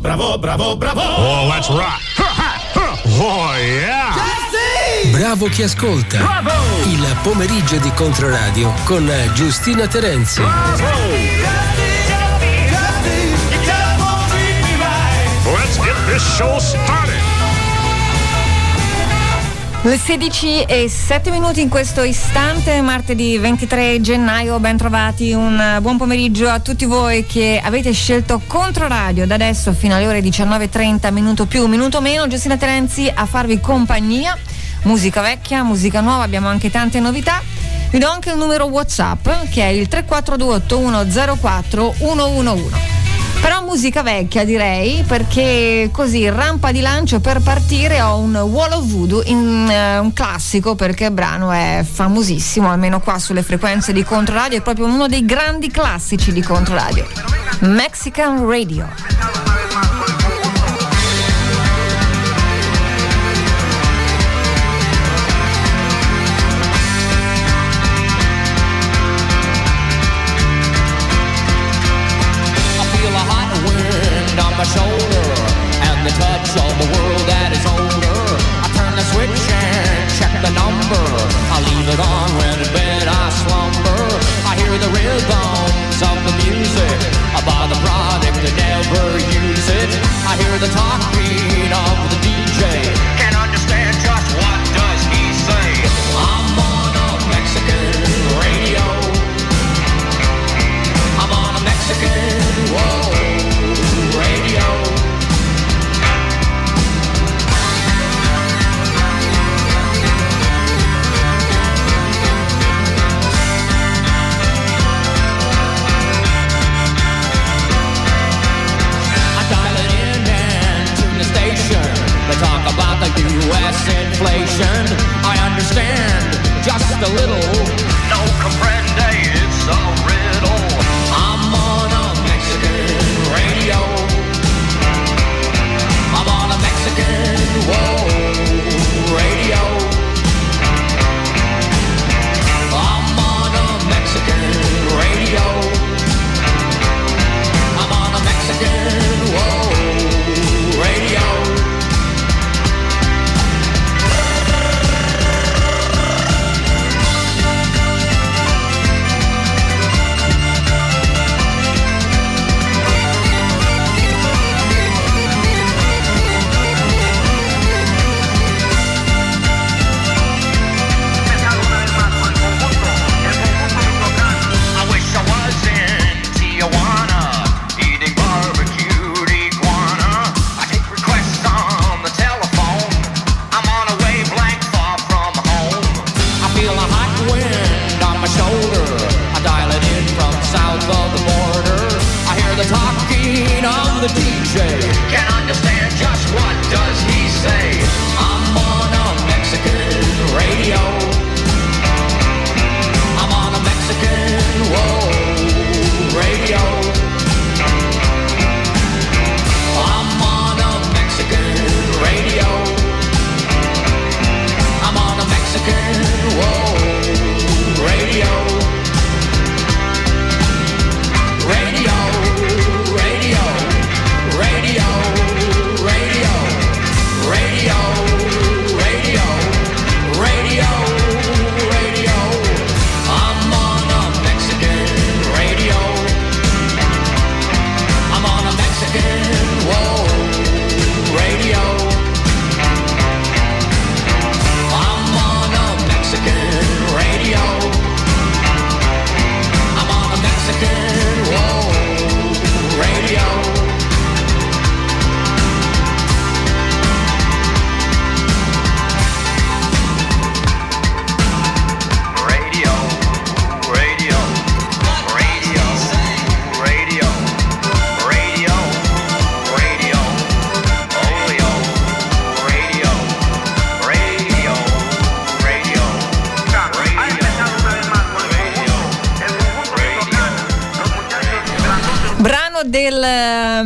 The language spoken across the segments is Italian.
bravo, bravo, bravo. Oh, let's rock. Oh, yeah. Bravo chi ascolta. Bravo. Il pomeriggio di Controradio con Giustina Terenzi. Let's get this show started. Le 16:07 in questo istante, martedì 23 gennaio, ben trovati, un buon pomeriggio a tutti voi che avete scelto Controradio da adesso fino alle ore 19:30, minuto più, minuto meno, Giustina Terenzi a farvi compagnia, musica vecchia, musica nuova, abbiamo anche tante novità. Vi do anche il numero WhatsApp che è il 342 8104 111. Però musica vecchia direi, perché così rampa di lancio per partire ho un Wall of Voodoo, un classico, perché il brano è famosissimo, almeno qua sulle frequenze di Controradio, è proprio uno dei grandi classici di Controradio. Mexican Radio. On my shoulder and the touch of the world that is older. I turn the switch and check the number. I leave it on when in bed I slumber. I hear the rhythms of the music. I buy the product and never use it. I hear the talking of the DJ. Can't understand just what does he say. I'm on a Mexican radio. I'm on a Mexican, whoa, radio. I dial it in and tune the station. They talk about the U.S. inflation. I understand just a little. No comprende, it's a riddle. I'm on a Mexican radio. I'm on a Mexican, whoa, radio. I'm on a Mexican radio. I'm on a Mexican, whoa, radio. The DJ can't understand just what does he say. I'm on a Mexican radio. I'm on a Mexican, whoa, radio. I'm on a Mexican radio. I'm on a Mexican, whoa, radio. Radio, radio. Radio, radio. del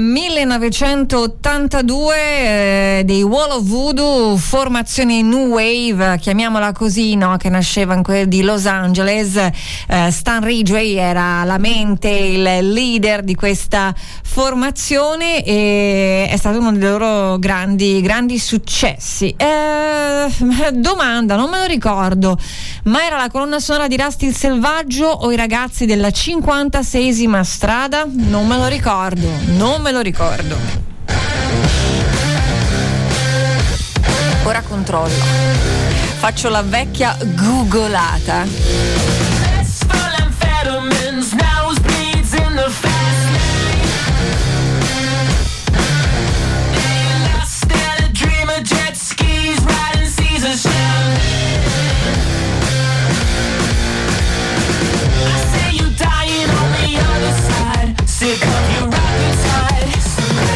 1982 dei Wall of Voodoo, formazione New Wave, chiamiamola così, no? Che nasceva in quel di Los Angeles. Stan Ridgway era la mente, il leader di questa formazione e è stato uno dei loro grandi successi. Domanda, non me lo ricordo, ma era la colonna sonora di Rusty il Selvaggio o i ragazzi della 56esima strada? Non me lo ricordo. Ora controllo. Faccio la vecchia googolata. Sick of your appetites.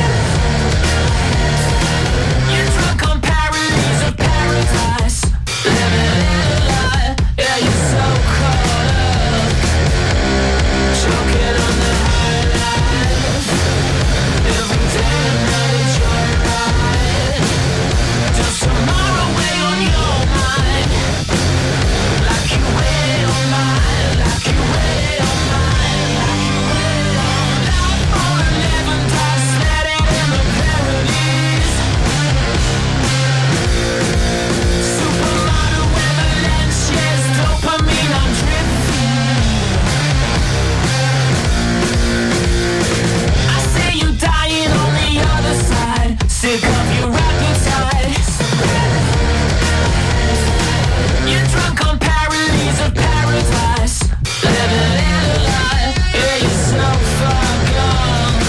You're drunk on parodies of paradise. Living in a lie. Yeah, you're so caught up. Choking on the high life. Every day another joyride. Just tomorrow weigh on your mind. Like you weigh on mine. Like you weigh on mine. Sick of your appetites. You're drunk on parodies of paradise. Living in a lie. Yeah, you're so far gone.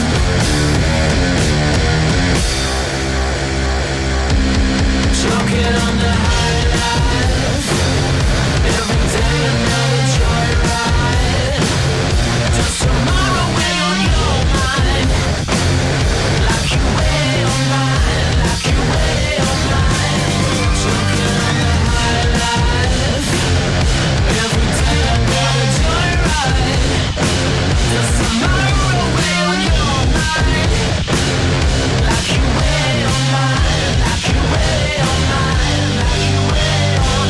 Choking on the high life. Every day another joyride. Just tomorrow weigh on your mind. Like you weigh on mine. Like you weigh on mine. Choking on the high life. Every day another joyride. Just tomorrow weigh on your mind. Like you weigh on mine. Like you weigh on mine. Like you weigh on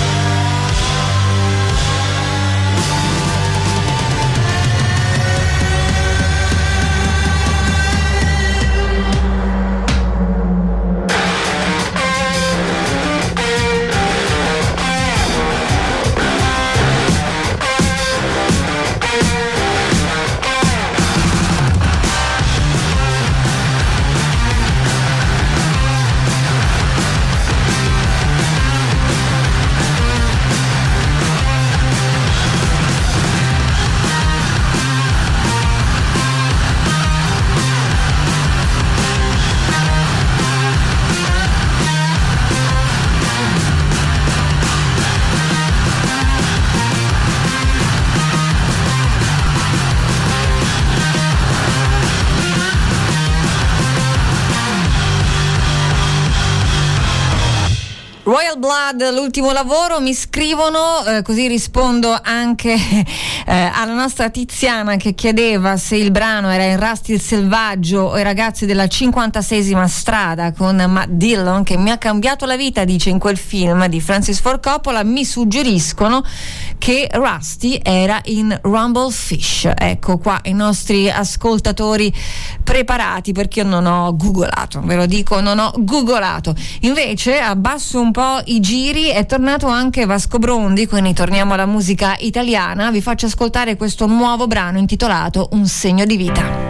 Royal Blood, l'ultimo lavoro, mi scrivono, così rispondo anche alla nostra Tiziana che chiedeva se il brano era in Rusty il Selvaggio o i ragazzi della 56esima strada con Matt Dillon, che mi ha cambiato la vita, dice in quel film di Francis Ford Coppola. Mi suggeriscono che Rusty era in Rumblefish. Ecco qua i nostri ascoltatori preparati, perché io non ho googolato, ve lo dico, non ho googolato. Invece abbasso un po' i giri, è tornato anche Vasco Brondi, quindi torniamo alla musica italiana. Vi faccio ascoltare questo nuovo brano intitolato Un segno di vita.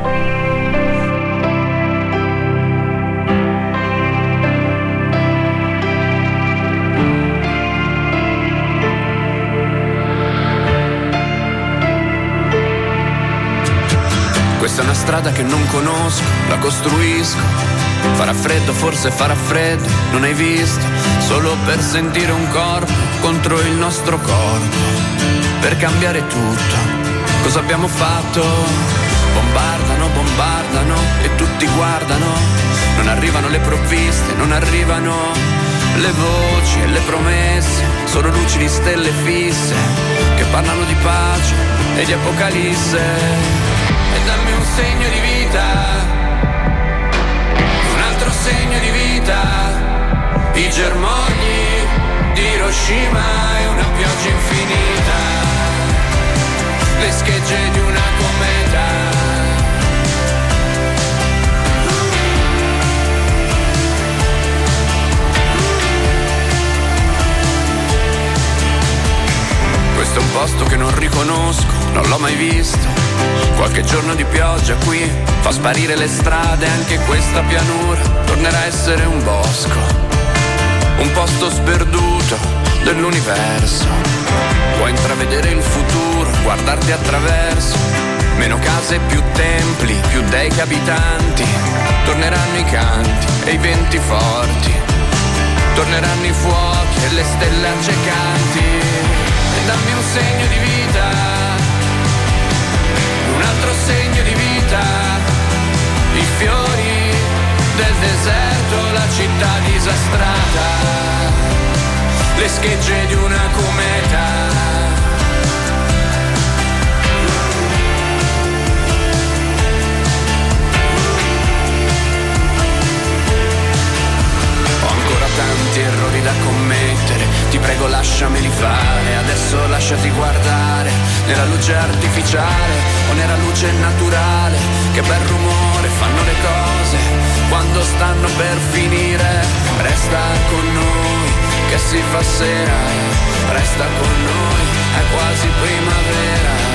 Questa è una strada che non conosco, la costruisco. Farà freddo, forse farà freddo, non hai visto? Solo per sentire un corpo contro il nostro corpo. Per cambiare tutto, cosa abbiamo fatto? Bombardano, bombardano e tutti guardano. Non arrivano le provviste, non arrivano le voci e le promesse. Solo luci di stelle fisse che parlano di pace e di apocalisse. E dammi un segno di vita, un altro segno di vita, i germogli di Hiroshima e una pioggia infinita, le schegge di una cometa. Questo è un posto che non riconosco, non l'ho mai visto. Qualche giorno di pioggia qui fa sparire le strade, anche questa pianura tornerà a essere un bosco, un posto sperduto dell'universo. Puoi intravedere il futuro, guardarti attraverso. Meno case, più templi, più dei che abitanti. Torneranno i canti e i venti forti, torneranno i fuochi e le stelle accecanti. E dammi un segno di vita, un altro segno di vita, i fiori del deserto, la città disastrata, le schegge di una cometa. Ho ancora tanti errori da commettere, ti prego lasciameli fare, adesso lasciati guardare, nella luce artificiale o nella luce naturale, che bel rumore fanno le cose quando stanno per finire. Resta con noi che si fa sera, resta con noi, è quasi primavera.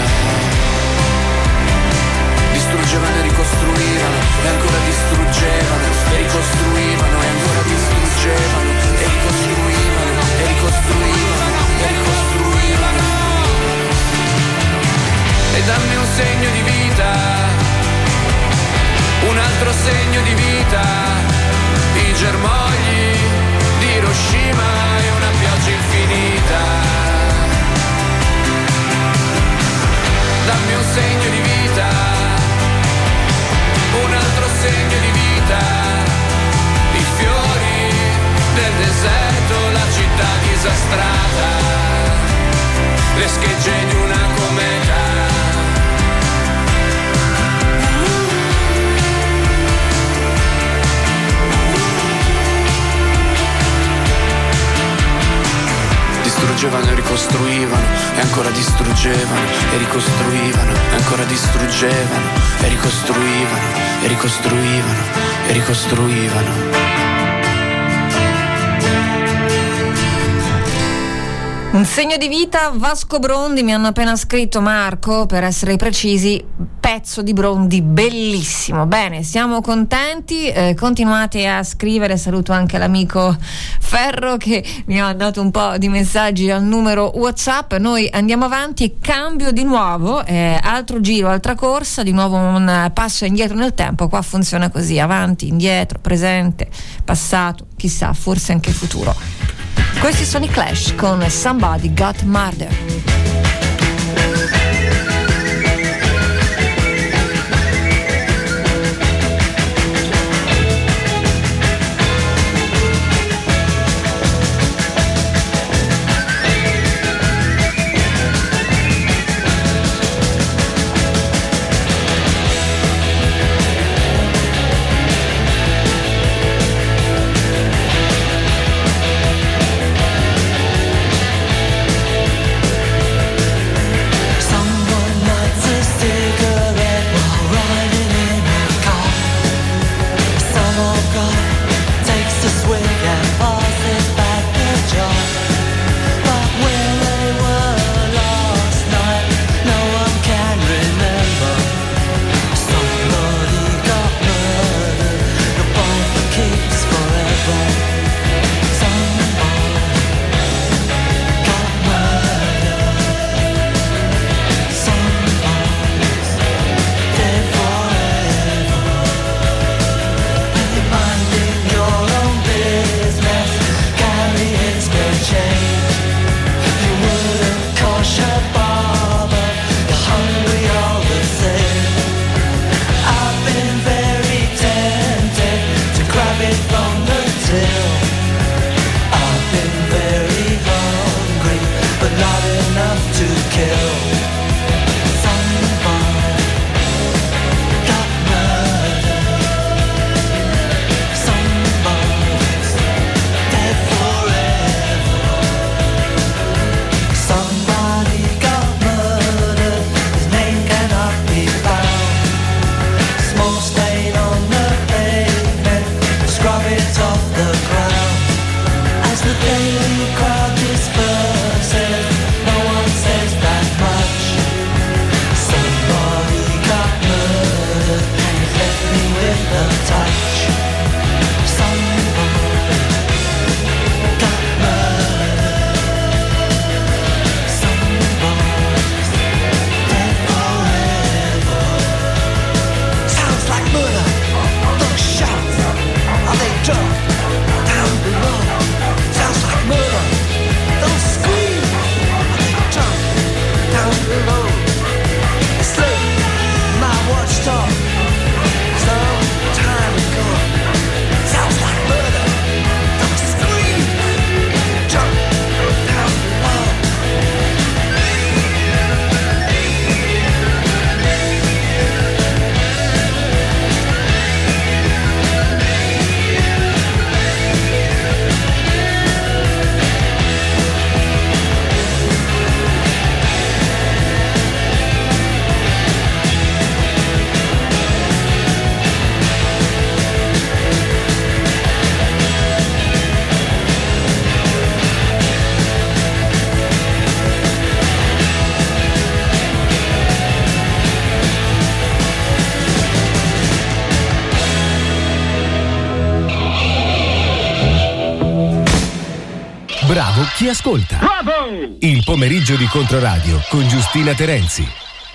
Distruggevano e ricostruivano e ancora distruggevano e ricostruivano e ancora distruggevano e ricostruivano e ricostruivano e ricostruivano. E dammi un segno di vita, un altro segno di vita, i germogli di Hiroshima e una pioggia infinita. Dammi un segno di vita, un altro segno di vita, i fiori del deserto, la città disastrata, le schegge di una cometa. Distruggevano e ricostruivano e ancora distruggevano e ricostruivano e ancora distruggevano e ricostruivano e ricostruivano e ricostruivano. Un segno di vita, Vasco Brondi, mi hanno appena scritto, Marco, per essere precisi, pezzo di Brondi bellissimo. Bene, siamo contenti, continuate a scrivere, saluto anche l'amico Ferro che mi ha mandato un po' di messaggi al numero WhatsApp. Noi andiamo avanti, cambio di nuovo, altro giro, altra corsa, di nuovo un passo indietro nel tempo. Qua funziona così, avanti, indietro, presente, passato, chissà, forse anche futuro. Questi sono i Clash con Somebody Got Murdered. Monday bravo chi ascolta. Bravo! Il pomeriggio di Controradio con Giustina Terenzi.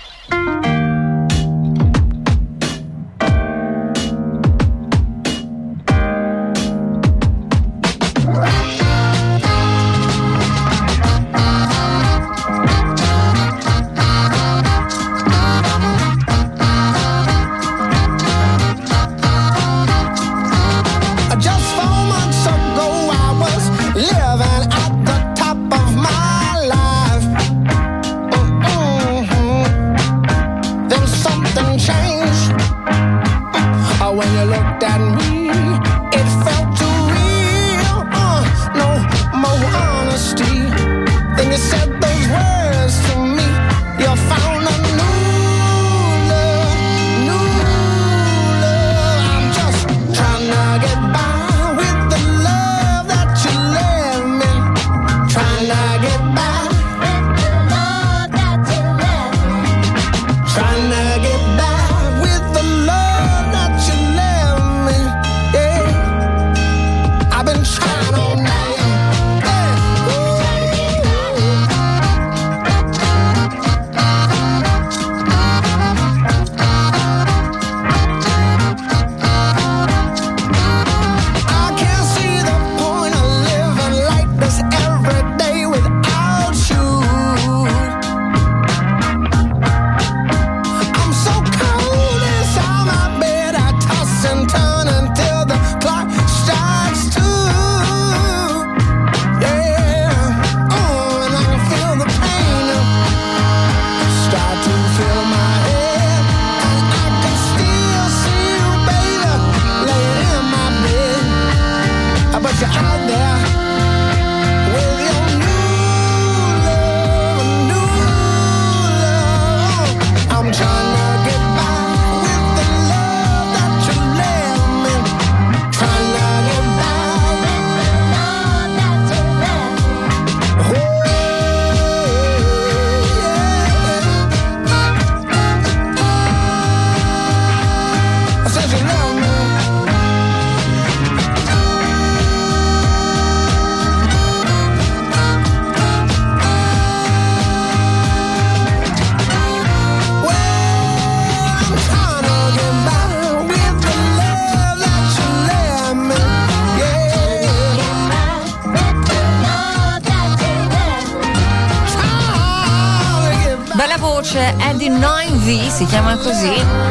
Eddie 9V si chiama così.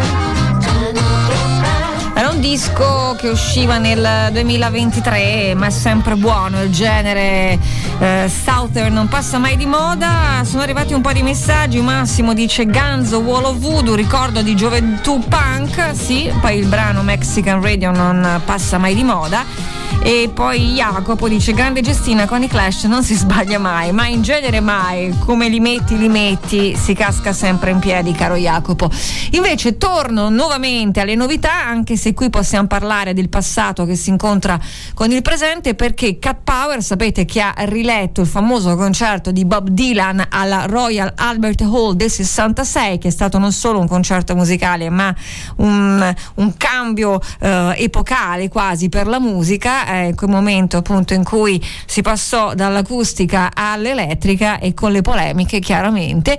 Era un disco che usciva nel 2023, ma è sempre buono, il genere Southern non passa mai di moda. Sono arrivati un po' di messaggi. Massimo dice Ganzo, Wall of Voodoo, ricordo di gioventù punk. Sì, poi il brano Mexican Radio non passa mai di moda. E poi Jacopo dice grande Gestina, con i Clash non si sbaglia mai, ma in genere mai, come li metti si casca sempre in piedi, caro Jacopo. Invece torno nuovamente alle novità, anche se qui possiamo parlare del passato che si incontra con il presente, perché Cat Power sapete che ha riletto il famoso concerto di Bob Dylan alla Royal Albert Hall del 66, che è stato non solo un concerto musicale ma un cambio epocale quasi per la musica, quel momento appunto in cui si passò dall'acustica all'elettrica e con le polemiche chiaramente,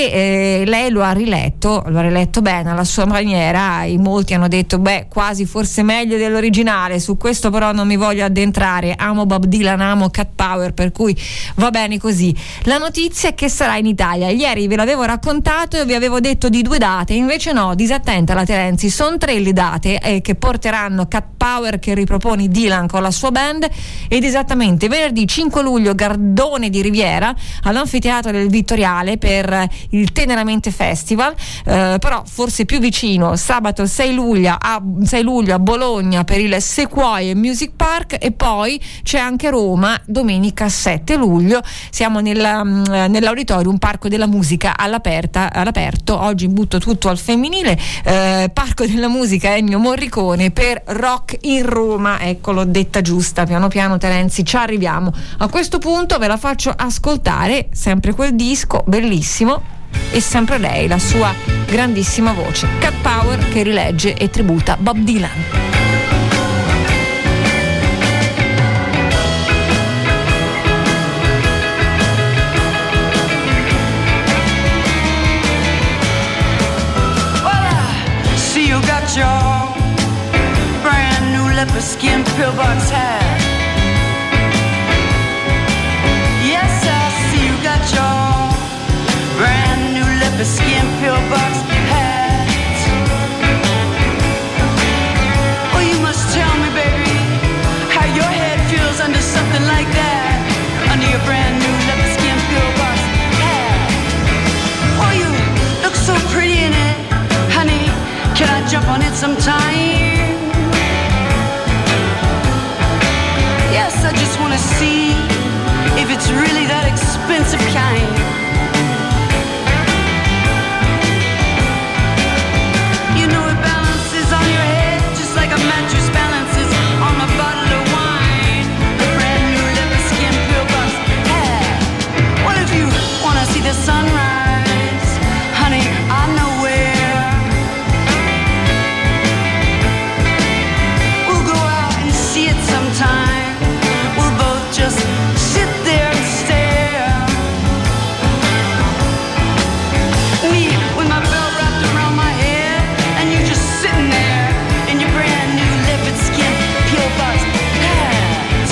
e lei lo ha riletto bene alla sua maniera. In molti hanno detto quasi forse meglio dell'originale, su questo però non mi voglio addentrare, amo Bob Dylan, amo Cat Power, per cui va bene così. La notizia è che sarà in Italia. Ieri ve l'avevo raccontato e vi avevo detto di 2 date, invece no, disattenta la Terenzi, sono 3 le date che porteranno Cat Power, che ripropone Dylan con la sua band, ed esattamente venerdì 5 luglio Gardone di Riviera all'Anfiteatro del Vittoriale per il Teneramente Festival, però forse più vicino sabato 6 luglio a Bologna per il Sequoia Music Park, e poi c'è anche Roma domenica 7 luglio, siamo nell'Auditorium Parco della Musica all'aperto, oggi butto tutto al femminile, Parco della Musica Ennio Morricone per Rock in Roma, ecco, l'ho detta giusta, piano piano Terenzi ci arriviamo. A questo punto ve la faccio ascoltare, sempre quel disco bellissimo e sempre lei, la sua grandissima voce, Cat Power, che rilegge e tributa Bob Dylan. leopard skin pillbox hat. Yes, I see you got your brand new leopard skin pillbox hat. Well, you must tell me, baby, how your head feels under something like that, under your brand new leopard skin pillbox hat. Oh, you look so pretty in it, honey. Can I jump on it sometime? Yes, I just wanna see if it's really that expensive kind. You know it balances on your head just like a mattress balances on a bottle of wine. The brand new leopard skin pillbox hat. What if you wanna see the sunrise? Honey, I know where. We'll go out and see it sometime. We'll both just sit there and stare. Me with my belt wrapped around my head, and you just sitting there in your brand new leopard skin pillbox hat.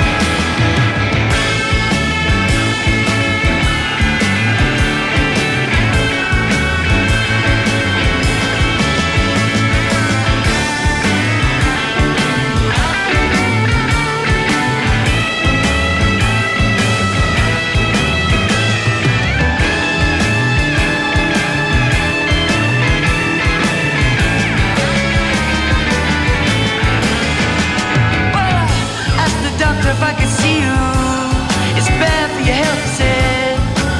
Well, I asked the doctor if I could see you. It's bad for your health, he said.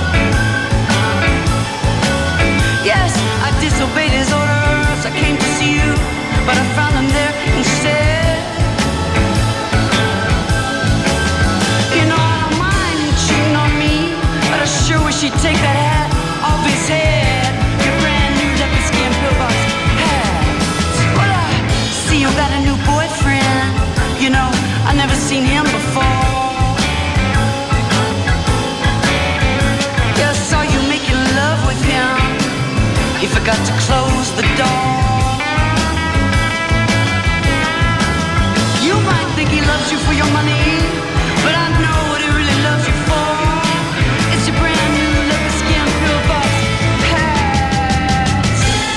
Yes, I disobeyed his orders. I came to see you, but I found them there instead. You know, I don't mind him cheating on me, but I sure wish he'd take that hat off his head. Your brand new leopard skin pillbox hat. Well, I see you got a new boyfriend. You know, I never seen him before. Yeah, I saw you making love with him. He forgot to close the door. You might think he loves you for your money, but I know what he really loves you for. It's your brand new leopard skin pillbox hat.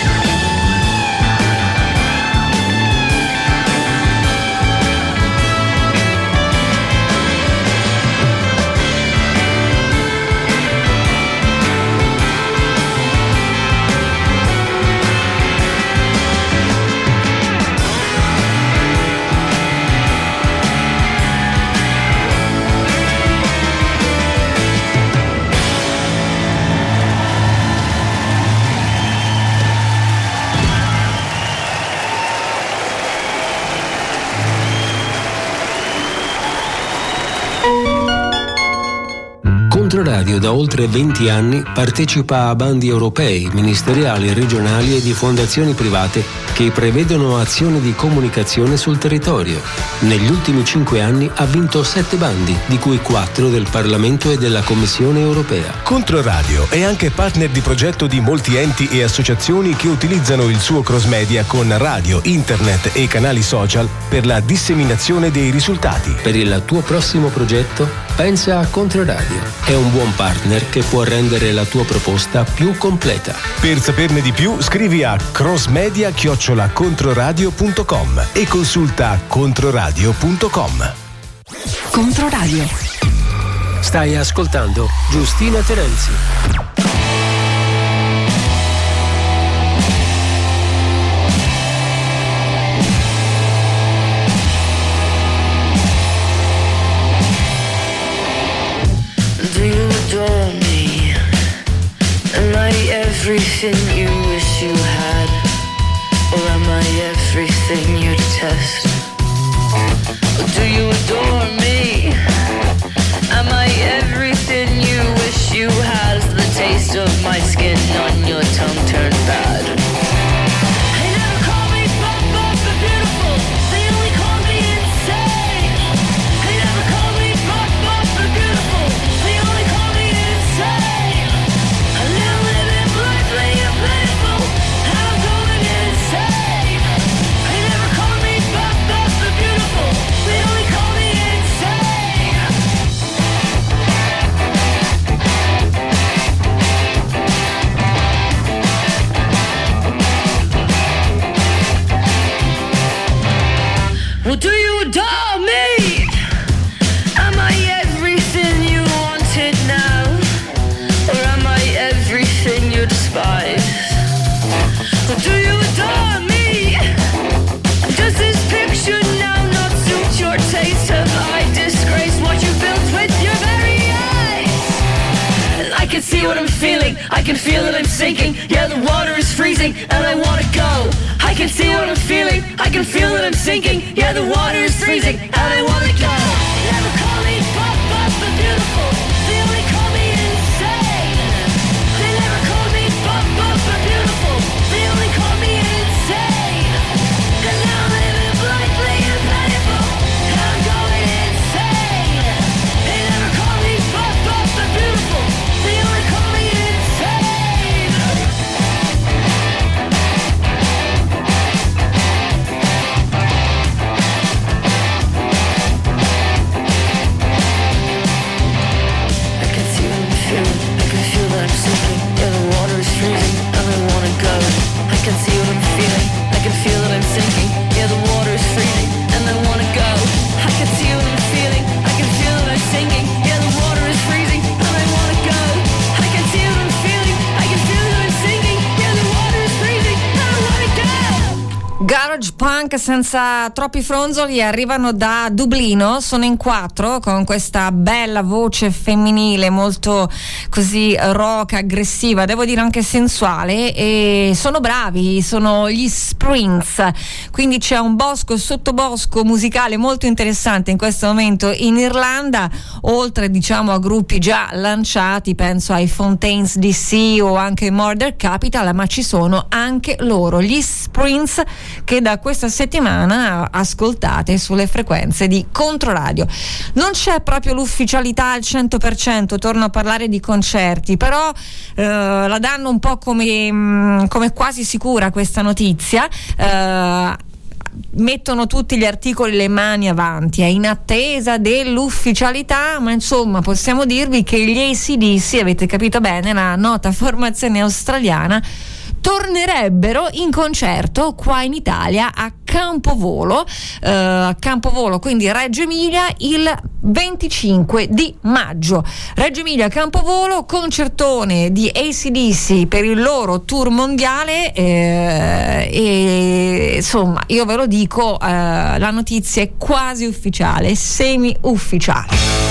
Controradio da oltre 20 anni partecipa a bandi europei, ministeriali, regionali e di fondazioni private che prevedono azioni di comunicazione sul territorio. Negli ultimi 5 anni ha vinto 7 bandi, di cui 4 del Parlamento e della Commissione europea. Controradio è anche partner di progetto di molti enti e associazioni che utilizzano il suo cross media con radio, internet e canali social per la disseminazione dei risultati. Per il tuo prossimo progetto, pensa a Controradio. È un buon partner che può rendere la tua proposta più completa. Per saperne di più, scrivi a crossmedia@controradio.com e consulta controradio.com. Controradio. Stai ascoltando Giustina Terenzi. Do you adore me? Am I everything you wish you had? Or am I everything you detest? Do you adore me? Am I everything you wish you had? Is the taste of my skin on your tongue turned bad? They never call me buff, buff or beautiful. They only call me insane. They never call me buff, buff or beautiful. They only call me insane. I live living blindly and painful, and I'm going insane. They never call me buff, buff or beautiful. adore me? Am I everything you wanted now? Or am I everything you despise? Or do you adore me? Does this picture now not suit your taste? Have I disgraced what you built with your very eyes? I can see what I'm feeling, I can feel that I'm sinking. Yeah, the water is freezing and I wanna go. I can see what I'm feeling, I can feel that I'm sinking. Yeah, the water is freezing and I wanna go. Never call me pop, but beautiful. They only call me insane. They never call me pop, but beautiful. They only call me insane. And now I'm living blankly and painful. And I'm going insane. They never call me pop, but beautiful. They only call me insane. I can see what I'm feeling, I can feel that I'm sinking. Yeah, the water is freezing and I wanna go. I can see what I'm feeling, I can feel that I'm sinking. Yeah, the water is freezing and I wanna go. I can see what I'm feeling, I can feel that I'm sinking. Yeah, the water is freezing and I wanna go. I can see what I'm feeling, I can feel that I'm sinking. Yeah, the water is freezing and I wanna go. Garage punk senza troppi fronzoli, arrivano da Dublino, sono in 4 con questa bella voce femminile molto così rock, aggressiva, devo dire anche sensuale, e sono bravi, sono gli Springs, quindi c'è un bosco sottobosco musicale molto interessante in questo momento in Irlanda, oltre diciamo a gruppi già lanciati, penso ai Fontaines DC o anche Murder Capital, ma ci sono anche loro, gli Springs, che da questa settimana ascoltate sulle frequenze di Controradio. Non c'è proprio l'ufficialità al 100%, torno a parlare di concerti, però la danno un po' come quasi sicura questa notizia. Mettono tutti gli articoli le mani avanti, è in attesa dell'ufficialità, ma insomma possiamo dirvi che gli AC/DC, avete capito bene, la nota formazione australiana, tornerebbero in concerto qua in Italia a Campovolo, quindi Reggio Emilia, il 25 di maggio. Reggio Emilia, Campovolo, concertone di AC/DC per il loro tour mondiale, e insomma io ve lo dico, la notizia è quasi ufficiale, semi ufficiale.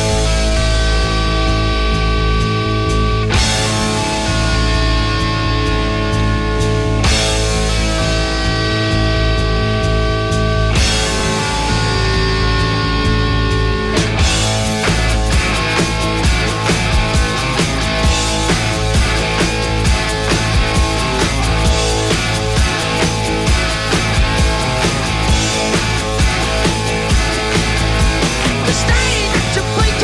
The stage to play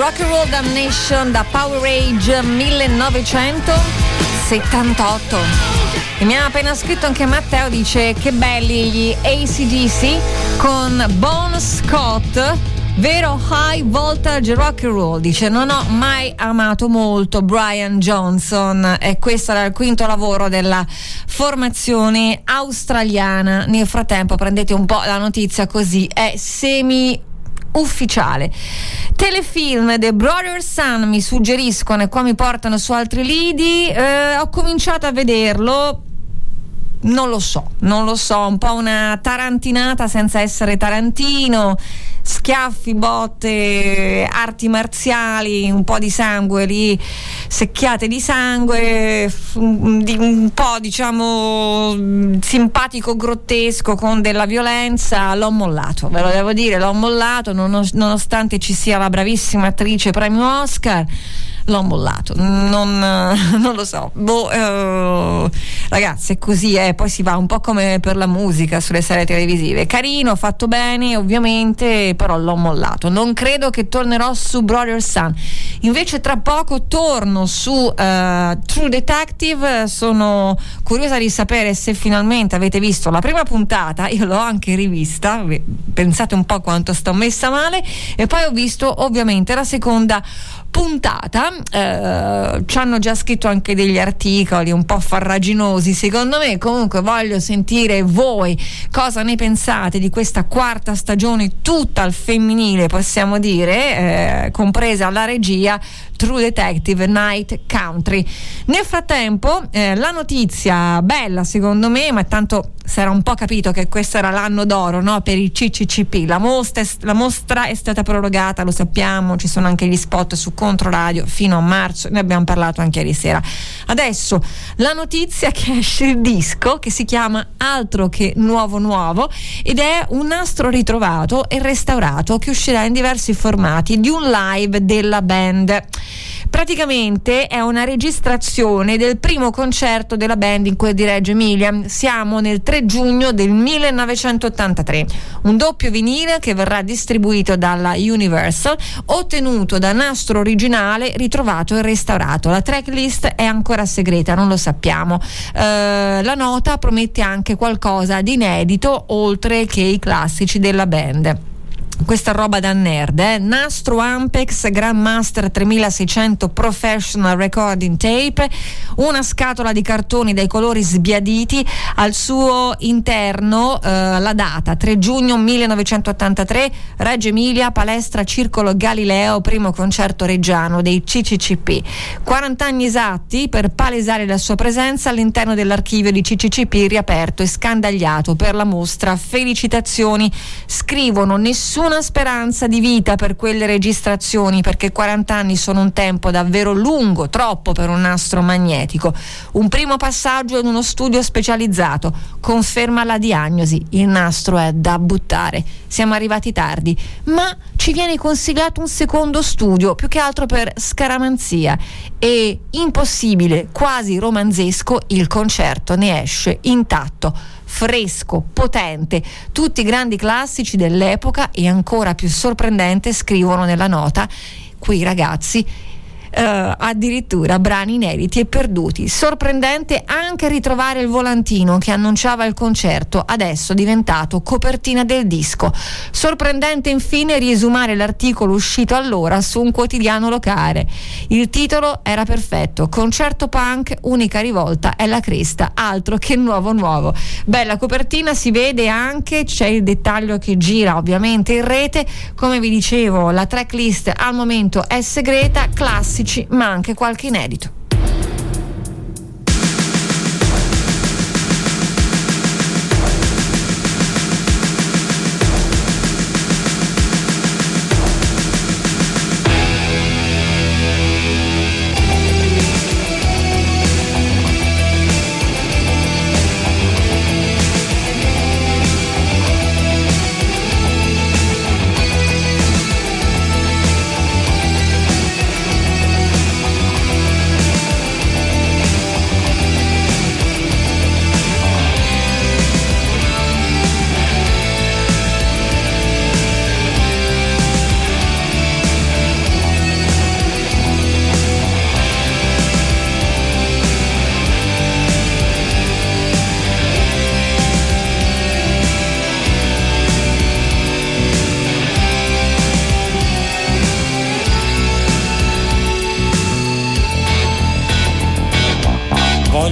Rock and Roll Damnation da Power Age 1978. E mi ha appena scritto anche Matteo, dice che belli gli AC/DC con Bon Scott, vero high voltage rock and roll. Dice non ho mai amato molto Brian Johnson, e questo era il quinto lavoro della formazione australiana. Nel frattempo prendete un po' la notizia, così è semi ufficiale. Telefilm The Brother Sun mi suggeriscono, e qua mi portano su altri lidi. Ho cominciato a vederlo, non lo so, un po' una tarantinata senza essere Tarantino, schiaffi, botte, arti marziali, un po' di sangue lì, secchiate di sangue, un po' diciamo simpatico, grottesco, con della violenza. L'ho mollato, ve lo devo dire, l'ho mollato, nonostante ci sia la bravissima attrice premio Oscar. L'ho mollato, non lo so, ragazzi, è così, poi si va un po' come per la musica sulle serie televisive, carino, fatto bene ovviamente, però l'ho mollato. Non credo che tornerò su Brother Sun, invece tra poco torno su True Detective. Sono curiosa di sapere se finalmente avete visto la prima puntata. Io l'ho anche rivista, pensate un po' quanto sto messa male, e poi ho visto ovviamente la seconda puntata. Ci hanno già scritto anche degli articoli un po' farraginosi secondo me. Comunque voglio sentire voi cosa ne pensate di questa quarta stagione tutta al femminile, possiamo dire, compresa la regia, True Detective Night Country. Nel frattempo la notizia bella secondo me, ma tanto si era un po' capito che questo era l'anno d'oro, no? Per il CCCP. La mostra è stata prorogata, lo sappiamo, ci sono anche gli spot su Controradio fino a marzo, ne abbiamo parlato anche ieri sera. Adesso la notizia che esce il disco, che si chiama Altro che Nuovo, ed è un nastro ritrovato e restaurato che uscirà in diversi formati di un live della band. Praticamente è una registrazione del primo concerto della band in quel di Reggio Emilia. Siamo nel 3 giugno del 1983. Un doppio vinile che verrà distribuito dalla Universal, ottenuto da nastro originale, ritrovato e restaurato. La tracklist è ancora segreta, non lo sappiamo. La nota promette anche qualcosa di inedito, oltre che i classici della band. Questa roba da nerd, nastro Ampex Grandmaster 3600 Professional Recording Tape, una scatola di cartoni dai colori sbiaditi, al suo interno la data 3 giugno 1983, Reggio Emilia, palestra Circolo Galileo, primo concerto reggiano dei CCCP. 40 anni esatti per palesare la sua presenza all'interno dell'archivio di CCCP riaperto e scandagliato per la mostra. Felicitazioni, scrivono, nessuna speranza di vita per quelle registrazioni, perché 40 anni sono un tempo davvero lungo, troppo per un nastro magnetico. Un primo passaggio in uno studio specializzato conferma la diagnosi: il nastro è da buttare. Siamo arrivati tardi, ma ci viene consigliato un secondo studio, più che altro per scaramanzia, e impossibile, quasi romanzesco, il concerto ne esce intatto, fresco, potente, tutti i grandi classici dell'epoca, e ancora più sorprendente, scrivono nella nota quei ragazzi, addirittura brani inediti e perduti. Sorprendente anche ritrovare il volantino che annunciava il concerto, adesso diventato copertina del disco. Sorprendente infine riesumare l'articolo uscito allora su un quotidiano locale. Il titolo era perfetto: concerto punk, unica rivolta è la cresta, altro che nuovo. Bella copertina, si vede anche, c'è il dettaglio che gira ovviamente in rete. Come vi dicevo, la tracklist al momento è segreta, classici ma anche qualche inedito.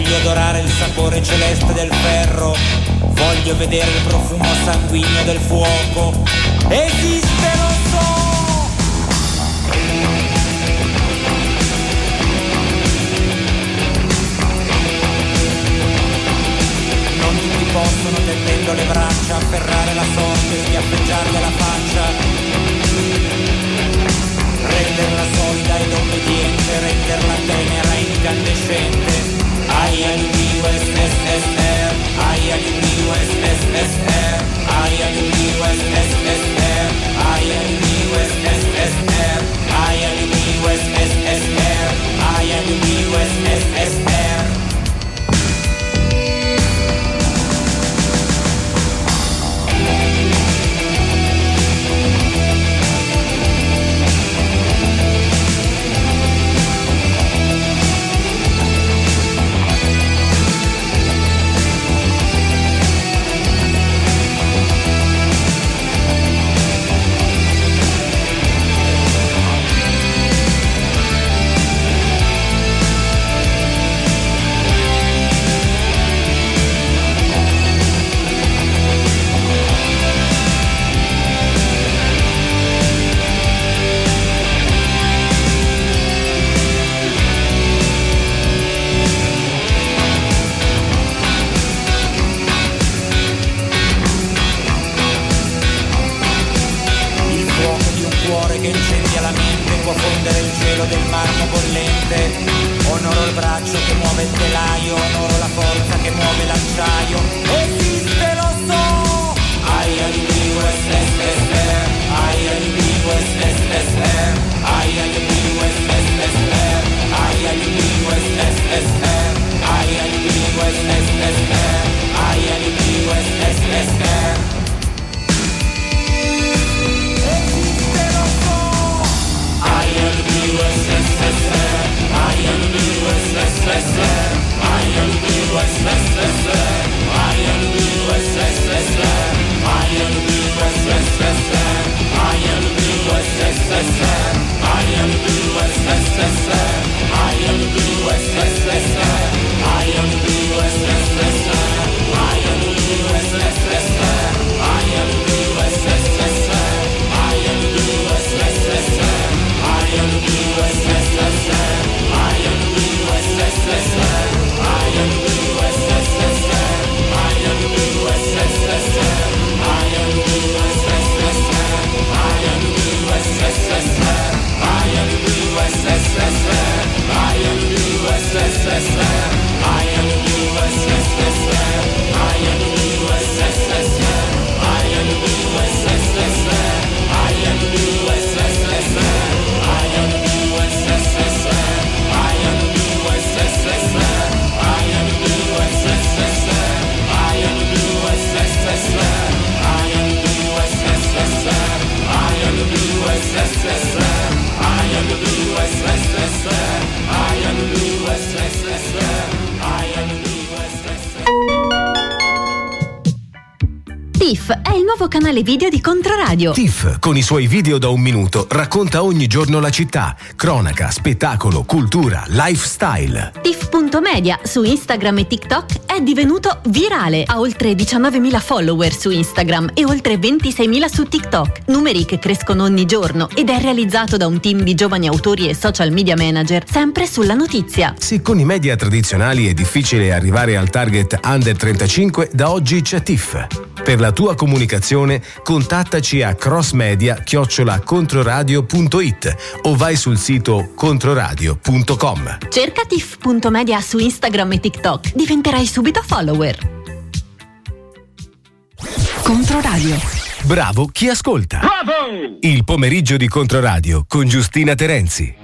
Voglio odorare il sapore celeste del ferro, voglio vedere il profumo sanguigno del fuoco. Esiste, lo so! Non tutti possono, tendendo le braccia, afferrare la sorte, schiaffeggiarle la faccia, renderla solida ed obbediente, renderla tenera e incandescente. IUSSR, IUSSR, IUSSR, IUSSR, IUSSR. Che incendia la mente, può fondere il cielo del marmo bollente. Onoro il braccio che muove il telaio, onoro la forza che muove l'acciaio. Esiste, lo so! IUSSR, IUSSR, IUSSR, IUSSR, IUSSR. TIFF è il nuovo canale video di Controradio. TIFF, con i suoi video da 1 minuto, racconta ogni giorno la città, cronaca, spettacolo, cultura, lifestyle. TIFF.media su Instagram e TikTok è divenuto virale. Ha oltre 19.000 follower su Instagram e oltre 26.000 su TikTok. Numeri che crescono ogni giorno ed è realizzato da un team di giovani autori e social media manager, sempre sulla notizia. Se con i media tradizionali è difficile arrivare al target under 35, da oggi c'è TIFF. Per la tua comunicazione contattaci a crossmedia@controradio.it o vai sul sito controradio.com. Cerca TIFF.media su Instagram e TikTok, diventerai subito follower. Controradio. Bravo chi ascolta. Bravo! Il pomeriggio di Controradio con Giustina Terenzi.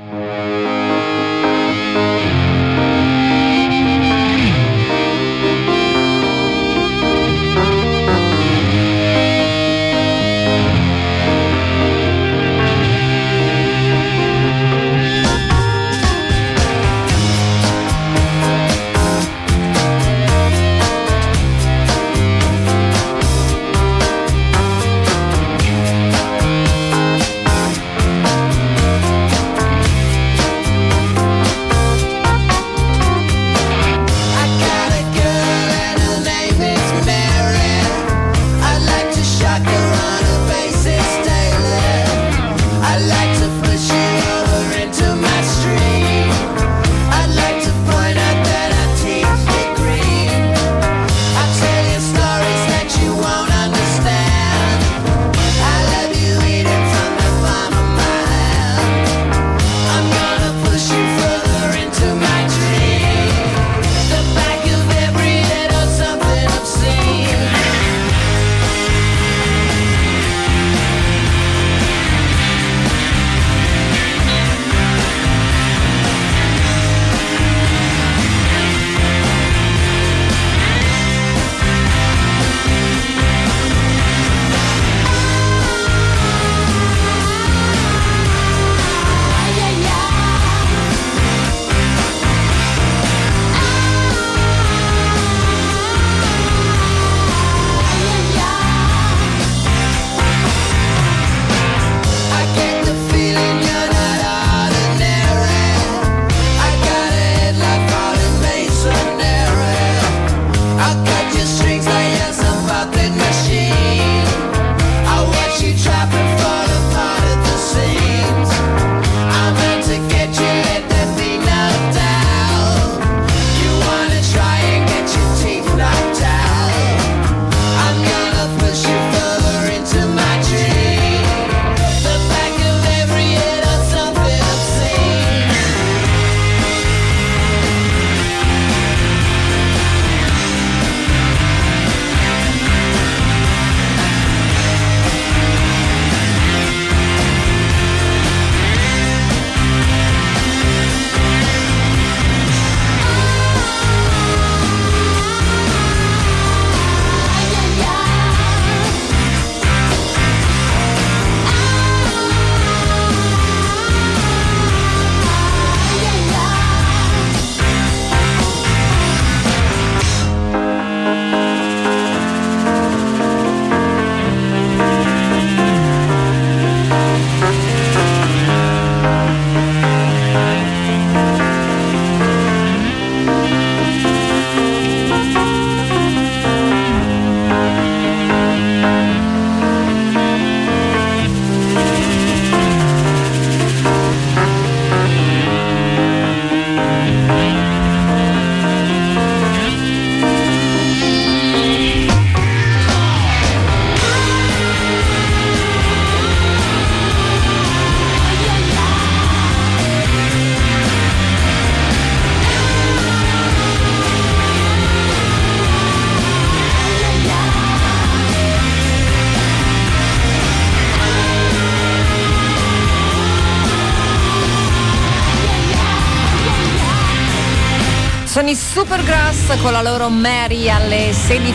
Sono i Supergrass con la loro Mary alle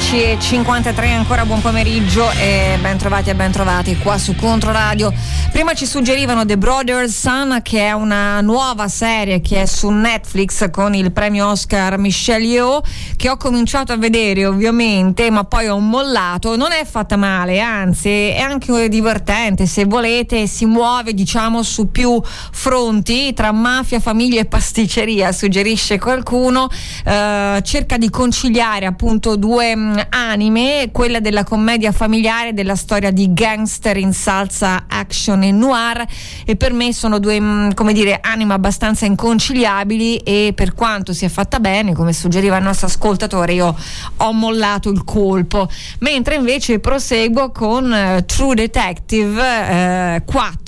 16.53. Ancora buon pomeriggio e ben trovati qua su Controradio. Prima ci suggerivano The Brothers Sun, che è una nuova serie che è su Netflix con il premio Oscar Michelle Yeoh, che ho cominciato a vedere ovviamente, ma poi ho mollato. Non è fatta male, anzi è anche divertente, se volete. Si muove diciamo su più fronti, tra mafia, famiglia e pasticceria, suggerisce qualcuno. Cerca di conciliare appunto due anime, quella della commedia familiare, della storia di gangster in salsa action e noir, e per me sono due come dire anime abbastanza inconciliabili, e per quanto sia fatta bene, come suggeriva il nostro ascoltatore, io ho mollato il colpo. Mentre invece proseguo con True Detective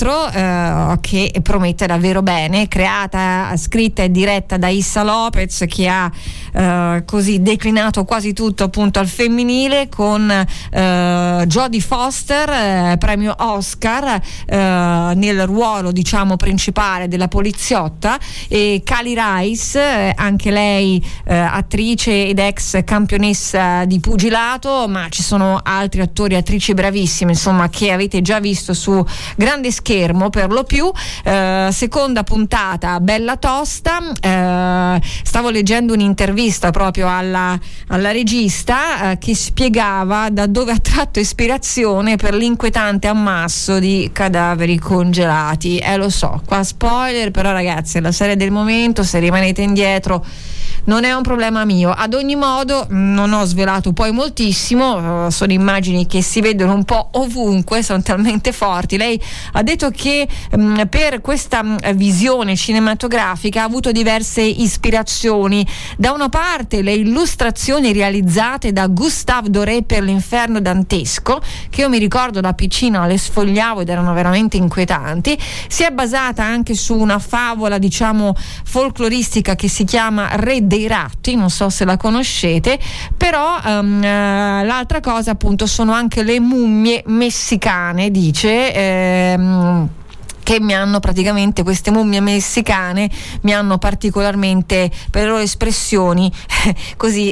4, che promette davvero bene, creata, scritta e diretta da Issa Lopez, che ha così declinato quasi tutto appunto al femminile, con Jodie Foster, premio Oscar, nel ruolo diciamo principale della poliziotta, e Kali Rice, anche lei attrice ed ex campionessa di pugilato, ma ci sono altri attori e attrici bravissimi, insomma, che avete già visto su grande schermo per lo più. Seconda puntata bella tosta. Stavo leggendo un'intervista proprio alla regista che spiegava da dove ha tratto ispirazione per l'inquietante ammasso di cadaveri congelati. Lo so, qua spoiler, però ragazzi è la serie del momento, se rimanete indietro non è un problema mio. Ad ogni modo non ho svelato poi moltissimo, sono immagini che si vedono un po' ovunque, sono talmente forti. Lei ha detto che per questa visione cinematografica ha avuto diverse ispirazioni. Da una parte le illustrazioni realizzate da Gustave Doré per l'Inferno dantesco, che io mi ricordo da piccina le sfogliavo ed erano veramente inquietanti. Si è basata anche su una favola diciamo folcloristica che si chiama Re dei Ratti, non so se la conoscete, però l'altra cosa appunto sono anche le mummie messicane, dice, che mi hanno praticamente, queste mummie messicane mi hanno particolarmente, per le loro espressioni così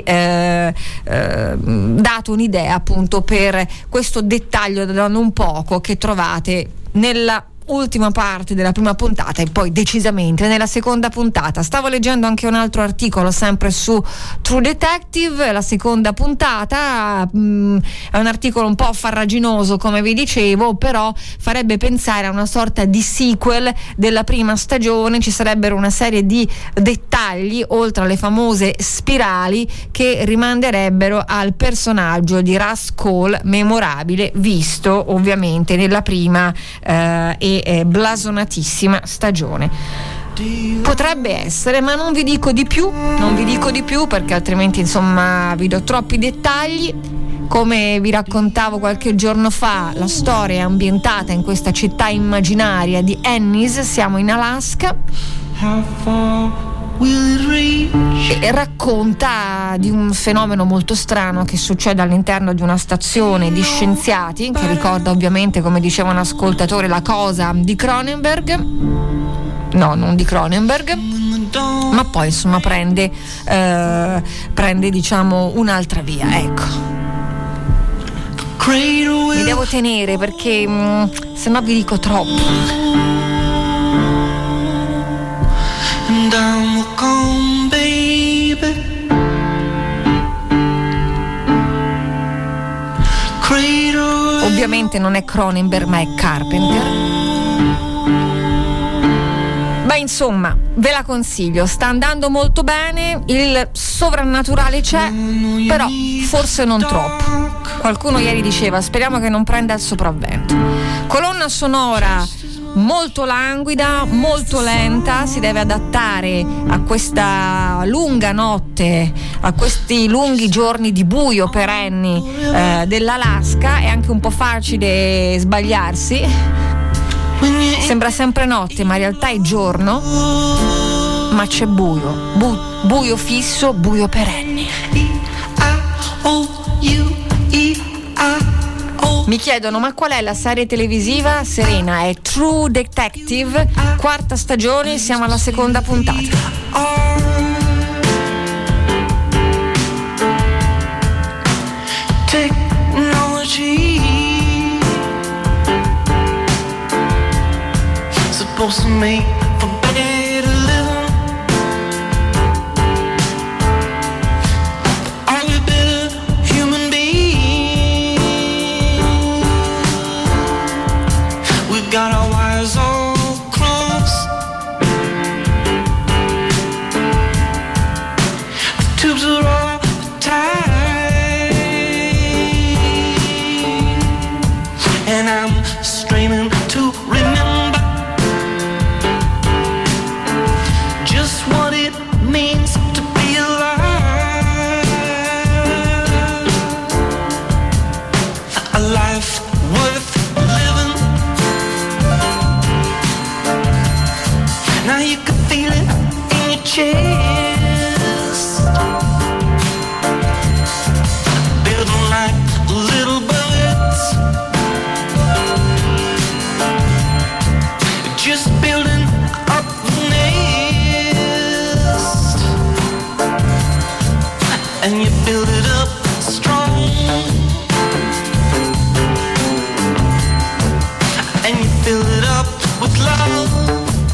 dato un'idea appunto per questo dettaglio da non poco che trovate nella ultima parte della prima puntata e poi decisamente nella seconda puntata. Stavo leggendo anche un altro articolo sempre su True Detective, la seconda puntata è un articolo un po' farraginoso come vi dicevo, però farebbe pensare a una sorta di sequel della prima stagione. Ci sarebbero una serie di dettagli oltre alle famose spirali che rimanderebbero al personaggio di Russ Cole, memorabile, visto ovviamente nella prima e blasonatissima stagione. Potrebbe essere, ma non vi dico di più perché altrimenti insomma vi do troppi dettagli. Come vi raccontavo qualche giorno fa, la storia è ambientata in questa città immaginaria di Ennis, siamo in Alaska, e racconta di un fenomeno molto strano che succede all'interno di una stazione di scienziati, che ricorda ovviamente, come diceva un ascoltatore, la cosa di Cronenberg. No, non di Cronenberg, ma poi insomma prende diciamo un'altra via, ecco. Mi devo tenere perché se no vi dico troppo. Down will come, baby. Ovviamente non è Cronenberg ma è Carpenter. Beh, insomma, ve la consiglio, sta andando molto bene, il sovrannaturale c'è, però forse non troppo. Qualcuno ieri diceva speriamo che non prenda il sopravvento. Colonna sonora molto languida, molto lenta, si deve adattare a questa lunga notte, a questi lunghi giorni di buio perenni dell'Alaska. È anche un po' facile sbagliarsi, sembra sempre notte ma in realtà è giorno, ma c'è buio, buio fisso, buio perenne. Mi chiedono ma qual è la serie televisiva? Serena, è True Detective, quarta stagione, siamo alla seconda puntata. technology supposed to make for better living. Are we better human beings? We've got our wires all crossed. The tubes are all tight, and I'm straining to remember just what it means to be alive. A life worth living. Now you can feel it in your chest, building like little bullets, just building up the nest, and you build it up strong, and you fill it up with love,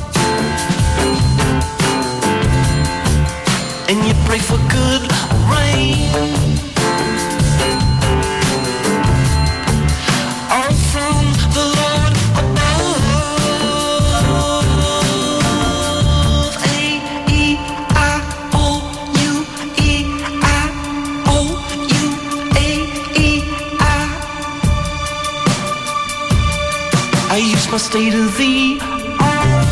and you pray for good rain, all from the Lord above. I use my state of the art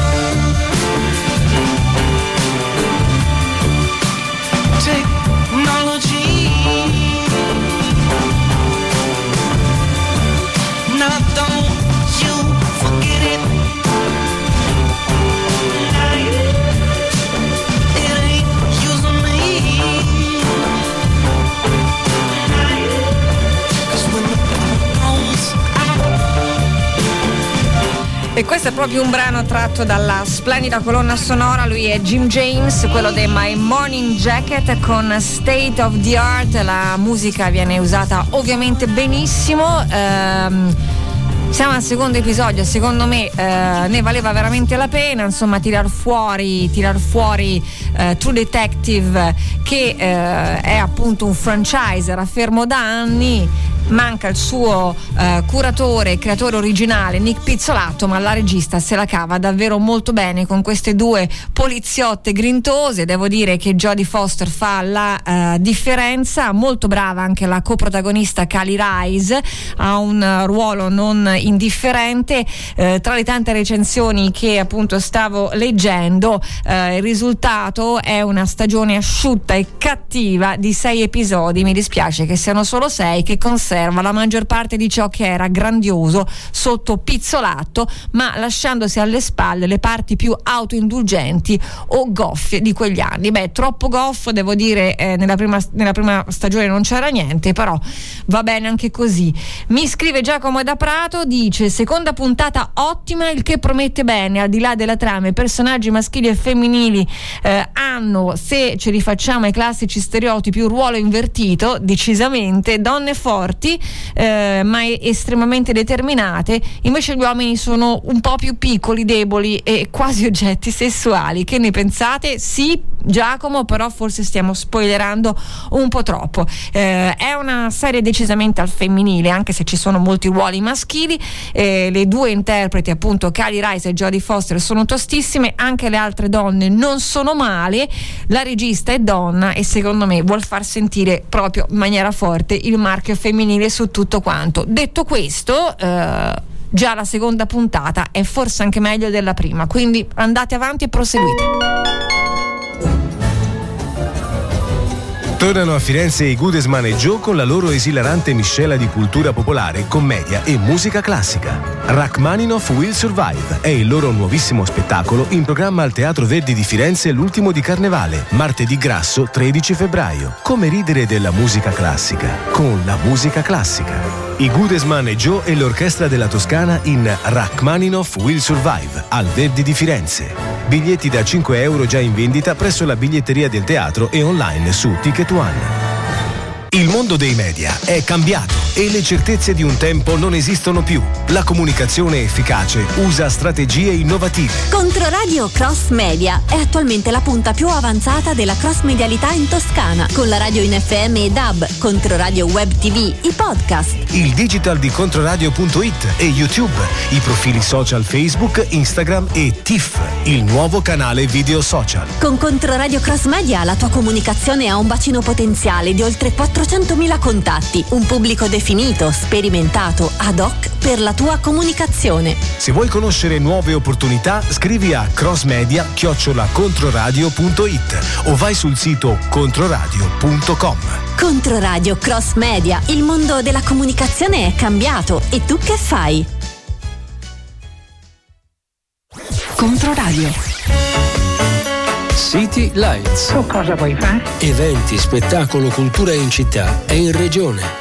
technology. Now don't you forget it. It ain't using me. 'Cause when the power goes out. E questo è proprio un brano tratto dalla splendida colonna sonora. Lui è Jim James, quello dei My Morning Jacket con State of the Art. La musica viene usata ovviamente benissimo. Siamo al secondo episodio, secondo me ne valeva veramente la pena, insomma, tirar fuori True Detective, che è appunto un franchise, era fermo da anni. Manca il suo curatore e creatore originale Nick Pizzolatto, ma la regista se la cava davvero molto bene con queste due poliziotte grintose. Devo dire che Jodie Foster fa la differenza, molto brava anche la coprotagonista Kali Reis, ha un ruolo non indifferente. Tra le tante recensioni che appunto stavo leggendo, il risultato è una stagione asciutta e cattiva di 6 episodi. Mi dispiace che siano solo 6, che conserva la maggior parte di ciò che era grandioso sotto Pizzolatto, ma lasciandosi alle spalle le parti più autoindulgenti o goffie di quegli anni. Beh, troppo goffo, devo dire, nella prima stagione non c'era niente, però va bene anche così. Mi scrive Giacomo da Prato, dice: seconda puntata ottima, il che promette bene. Al di là della trama, i personaggi maschili e femminili hanno, se ci rifacciamo ai classici stereotipi, un ruolo invertito, decisamente. Donne forti ma estremamente determinate, invece gli uomini sono un po' più piccoli, deboli e quasi oggetti sessuali. Che ne pensate? Sì, Giacomo, però forse stiamo spoilerando un po' troppo. È una serie decisamente al femminile, anche se ci sono molti ruoli maschili. Le due interpreti, appunto Kali Reis e Jodie Foster, sono tostissime, anche le altre donne non sono male. La regista è donna e secondo me vuol far sentire proprio in maniera forte il marchio femminile su tutto quanto. Detto questo, già la seconda puntata è forse anche meglio della prima, quindi andate avanti e proseguite. Tornano a Firenze i Goodesman e Joe con la loro esilarante miscela di cultura popolare, commedia e musica classica. Rachmaninoff Will Survive è il loro nuovissimo spettacolo in programma al Teatro Verdi di Firenze l'ultimo di Carnevale, martedì grasso 13 febbraio. Come ridere della musica classica con la musica classica. I Goodesman e Joe e l'Orchestra della Toscana in Rachmaninoff Will Survive al Verdi di Firenze. Biglietti da €5 già in vendita presso la biglietteria del teatro e online su Ticket One. Il mondo dei media è cambiato e le certezze di un tempo non esistono più. La comunicazione efficace usa strategie innovative. Controradio Cross Media è attualmente la punta più avanzata della cross medialità in Toscana, con la radio in FM e DAB, Controradio Web TV, i podcast, il digital di Controradio.it e YouTube, i profili social Facebook, Instagram e TIFF, il nuovo canale video social. Con Controradio Cross Media la tua comunicazione ha un bacino potenziale di oltre 400.000 contatti, un pubblico definito, sperimentato, ad hoc per la tua comunicazione. Se vuoi conoscere nuove opportunità, scrivi a crossmedia@controradio.it o vai sul sito controradio.com. Controradio Cross Media, il mondo della comunicazione è cambiato e tu che fai? Controradio. City Lights. Tu cosa vuoi fare? Eventi, spettacolo, cultura in città e in regione.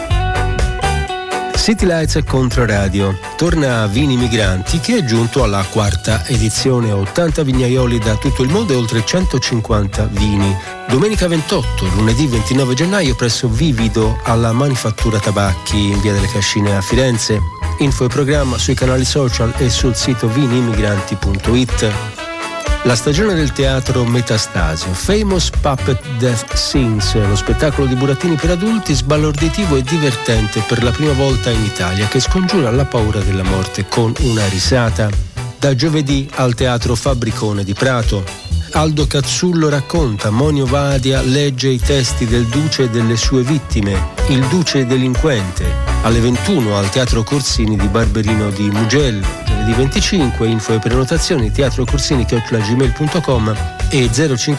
City Lights Controradio torna a Vini Migranti, che è giunto alla quarta edizione. 80 vignaioli da tutto il mondo e oltre 150 vini. Domenica 28, lunedì 29 gennaio presso Vivido alla Manifattura Tabacchi in via delle Cascine a Firenze. Info e programma sui canali social e sul sito vinimigranti.it. La stagione del teatro Metastasio, Famous Puppet Death Scenes, lo spettacolo di burattini per adulti sbalorditivo e divertente per la prima volta in Italia, che scongiura la paura della morte con una risata. Da giovedì al Teatro Fabbricone di Prato. Aldo Cazzullo racconta, Monio Vadia legge i testi del Duce e delle sue vittime, Il Duce delinquente. Alle 21 al Teatro Corsini di Barberino di Mugello. Giovedì 25, info e prenotazioni teatrocorsini@gmail.com e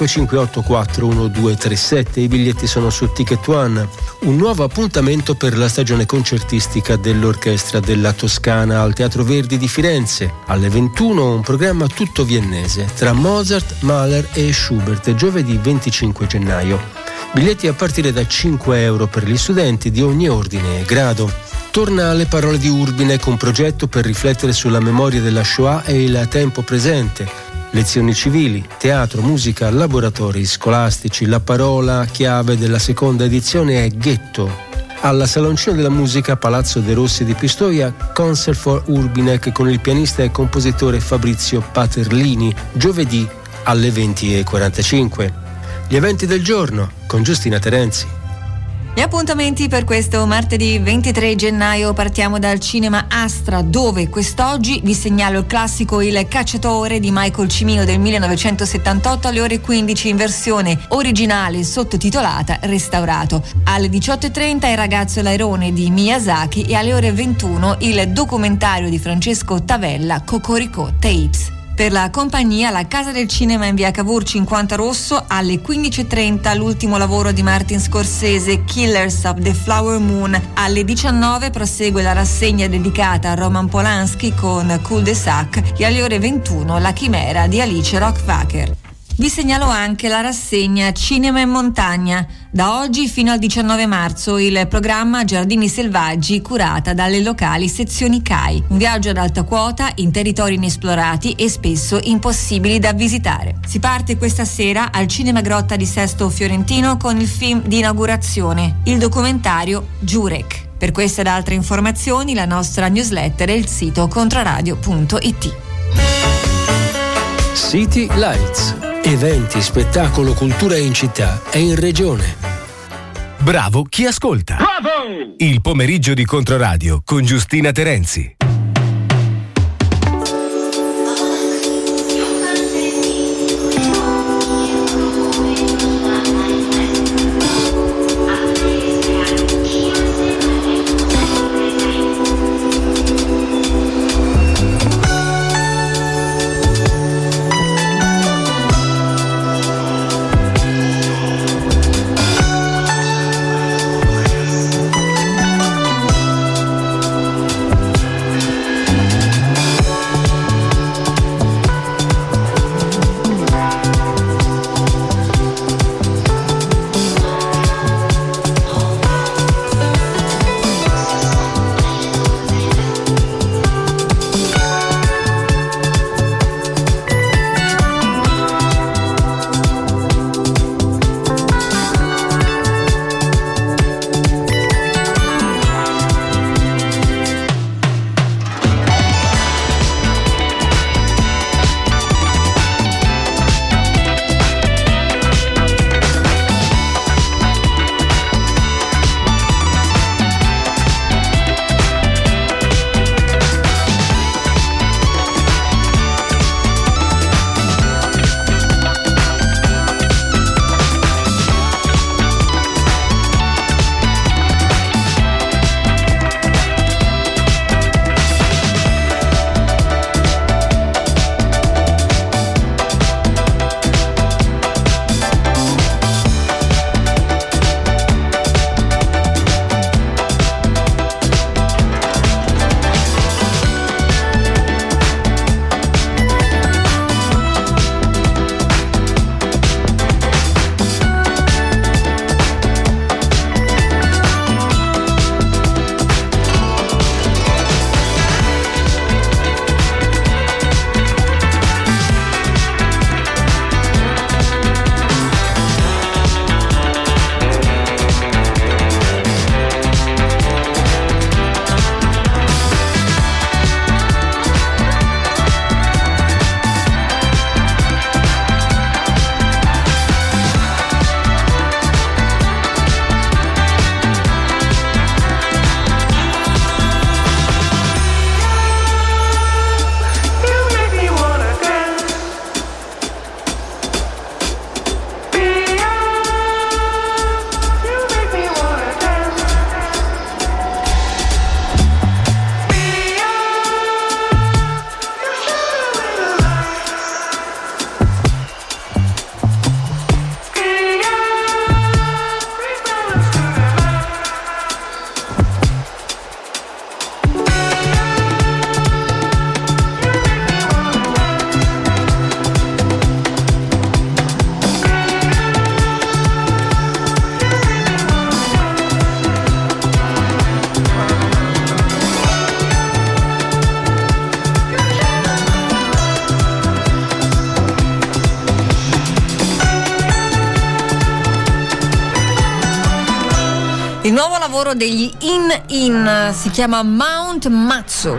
055841237. I biglietti sono su Ticket One. Un nuovo appuntamento per la stagione concertistica dell'Orchestra della Toscana al Teatro Verdi di Firenze. Alle 21 un programma tutto viennese tra Mozart, Mahler e Schubert, giovedì 25 gennaio. Biglietti a partire da €5 per gli studenti di ogni ordine e grado. Torna alle parole di Urbine con un progetto per riflettere sulla memoria della Shoah e il tempo presente. Lezioni civili, teatro, musica, laboratori scolastici. La parola chiave della seconda edizione è ghetto. Alla Saloncino della Musica, Palazzo De Rossi di Pistoia, Concert for Urbinec con il pianista e compositore Fabrizio Paterlini, giovedì alle 20:45. Gli eventi del giorno con Giustina Terenzi. Gli appuntamenti per questo martedì 23 gennaio partiamo dal Cinema Astra, dove quest'oggi vi segnalo il classico Il Cacciatore di Michael Cimino del 1978 alle ore 15 in versione originale sottotitolata Restaurato. Alle 18:30 Il Ragazzo e l'airone di Miyazaki e alle ore 21 il documentario di Francesco Tavella Cocorico Tapes. Per la compagnia La Casa del Cinema in via Cavour 50 Rosso alle 15:30 l'ultimo lavoro di Martin Scorsese, Killers of the Flower Moon. Alle 19 prosegue la rassegna dedicata a Roman Polanski con Cul-de-sac e alle ore 21 La Chimera di Alice Rohrwacher. Vi segnalo anche la rassegna Cinema in Montagna. Da oggi fino al 19 marzo il programma Giardini Selvaggi curata dalle locali sezioni CAI. Un viaggio ad alta quota in territori inesplorati e spesso impossibili da visitare. Si parte questa sera al Cinema Grotta di Sesto Fiorentino con il film di inaugurazione, il documentario Jurek. Per queste ed altre informazioni la nostra newsletter e il sito controradio.it. City Lights. Eventi, spettacolo, cultura in città e in regione. Bravo chi ascolta. Bravo! Il pomeriggio di Controradio con Giustina Terenzi. lavoro degli In, si chiama Mount Matsu.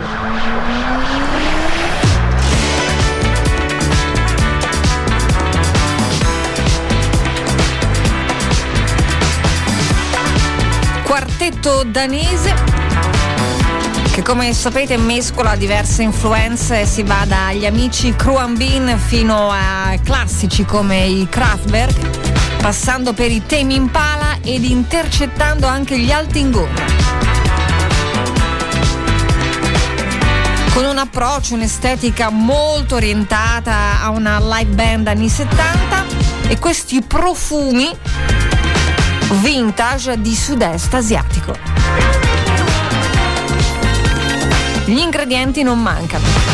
Quartetto danese che, come sapete, mescola diverse influenze e si va dagli amici Khruangbin fino a classici come i Kraftwerk, passando per i Tame Impala ed intercettando anche gli Altingon. Con un approccio, un'estetica molto orientata a una live band anni 70 e questi profumi vintage di sud-est asiatico. Gli ingredienti non mancano.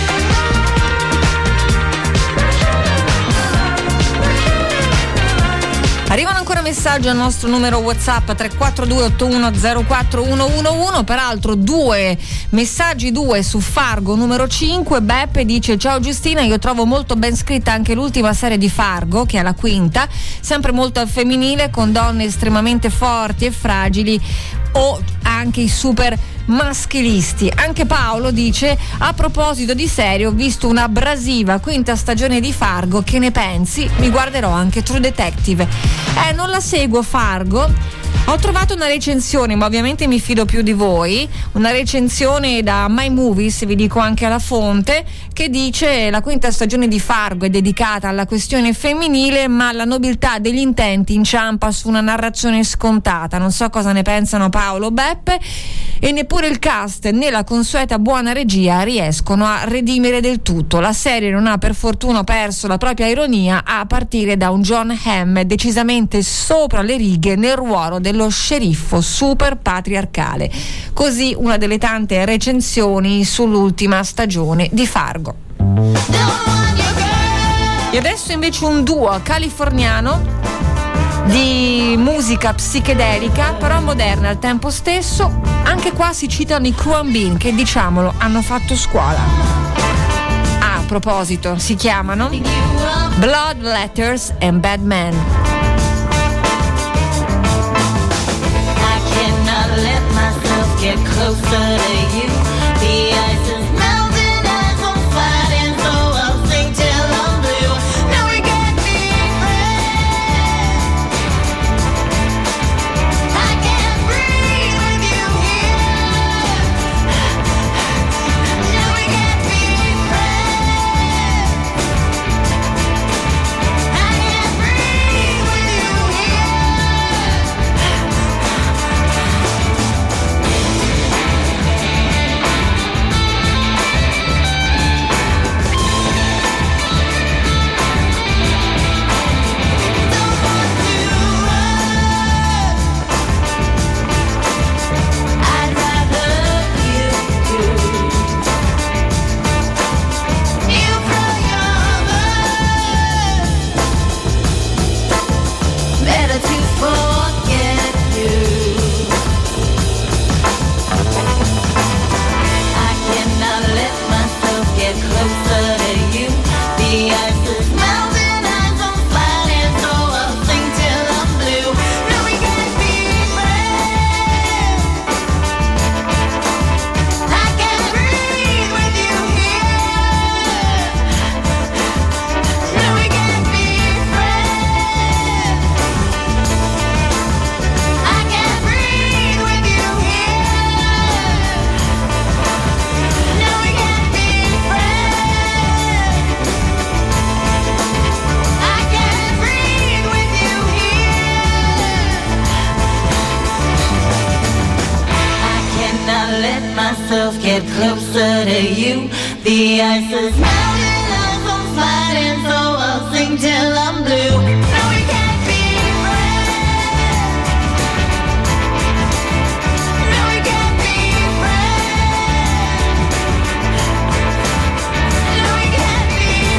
Arrivano ancora messaggi al nostro numero WhatsApp 342 81 04111. Peraltro 2 messaggi su Fargo numero 5. Beppe dice: ciao Giustina, io trovo molto ben scritta anche l'ultima serie di Fargo, che è la quinta, sempre molto al femminile, con donne estremamente forti e fragili o anche i super maschilisti. Anche Paolo dice: a proposito di serie, ho visto una abrasiva quinta stagione di Fargo, che ne pensi? Mi guarderò anche True Detective. Non la seguo Fargo. Ho trovato una recensione, ma ovviamente mi fido più di voi, una recensione da My Movies, vi dico anche la fonte, che dice: la quinta stagione di Fargo è dedicata alla questione femminile, ma la nobiltà degli intenti inciampa su una narrazione scontata. Non so cosa ne pensano Paolo, Beppe, e neppure il cast né la consueta buona regia riescono a redimere del tutto. La serie non ha per fortuna perso la propria ironia, a partire da un John Hamm decisamente sopra le righe nel ruolo dello sceriffo super patriarcale. Così una delle tante recensioni sull'ultima stagione di Fargo. E adesso invece un duo californiano di musica psichedelica però moderna al tempo stesso. Anche qua si citano i Khruangbin, che, diciamolo, hanno fatto scuola. A proposito, si chiamano Blood Letters and Bad Men. Let myself get closer to you. The ice is melting, eyes on fire, and so I'll sing till I'm blue. Now we can't be friends. I can't breathe with you here. Now we can't be friends. I can't breathe with you here. Get closer to you. The ice is melting, eyes on fire, and so I'll sing till I'm blue. No, we can't be friends. No, we can't be friends. No, we can't be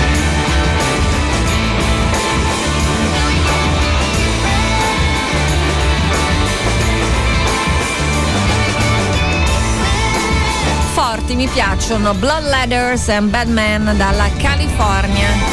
friends. mi piacciono, Bloodletters and Batman dalla California.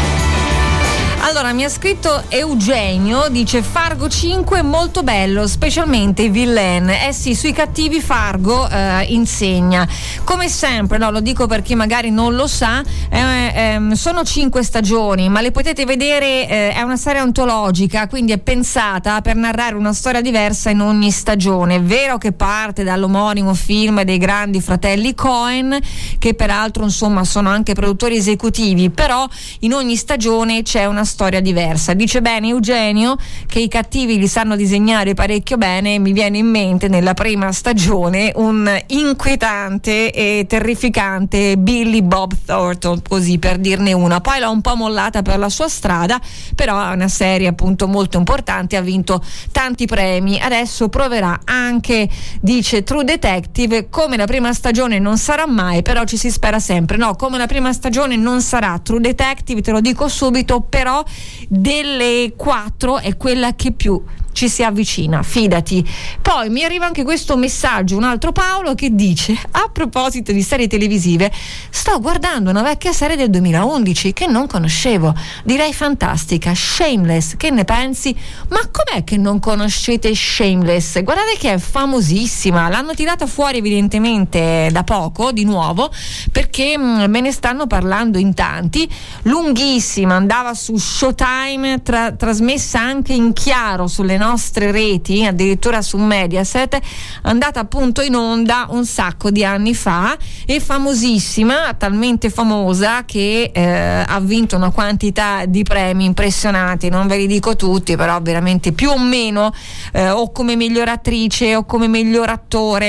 Allora, mi ha scritto Eugenio, dice Fargo 5 molto bello, specialmente i villain. Sì, sui cattivi Fargo insegna. Come sempre, no, lo dico per chi magari non lo sa, sono 5 stagioni, ma le potete vedere, è una serie antologica, quindi è pensata per narrare una storia diversa in ogni stagione. È vero che parte dall'omonimo film dei grandi fratelli Coen, che peraltro insomma sono anche produttori esecutivi, però in ogni stagione c'è una storia diversa. Dice bene Eugenio che i cattivi li sanno disegnare parecchio bene. Mi viene in mente nella prima stagione un inquietante e terrificante Billy Bob Thornton, così per dirne una. Poi l'ho un po' mollata per la sua strada, però è una serie appunto molto importante, ha vinto tanti premi. Adesso proverà anche, dice, True Detective. Come la prima stagione non sarà mai, però ci si spera sempre. No, come la prima stagione non sarà True Detective, te lo dico subito, però delle 4 è quella che più ci si avvicina, fidati. Poi mi arriva anche questo messaggio, un altro Paolo che dice: a proposito di serie televisive, sto guardando una vecchia serie del 2011 che non conoscevo, direi fantastica, Shameless. Che ne pensi? Ma com'è che non conoscete Shameless? Guardate che è famosissima, l'hanno tirata fuori evidentemente da poco di nuovo, perché me ne stanno parlando in tanti. Lunghissima, andava su Showtime, trasmessa anche in chiaro sulle nostre reti, addirittura su Mediaset, andata appunto in onda un sacco di anni fa, e famosissima, talmente famosa che ha vinto una quantità di premi impressionanti. Non ve li dico tutti, però veramente più o meno, o come miglior attrice o come miglior attore,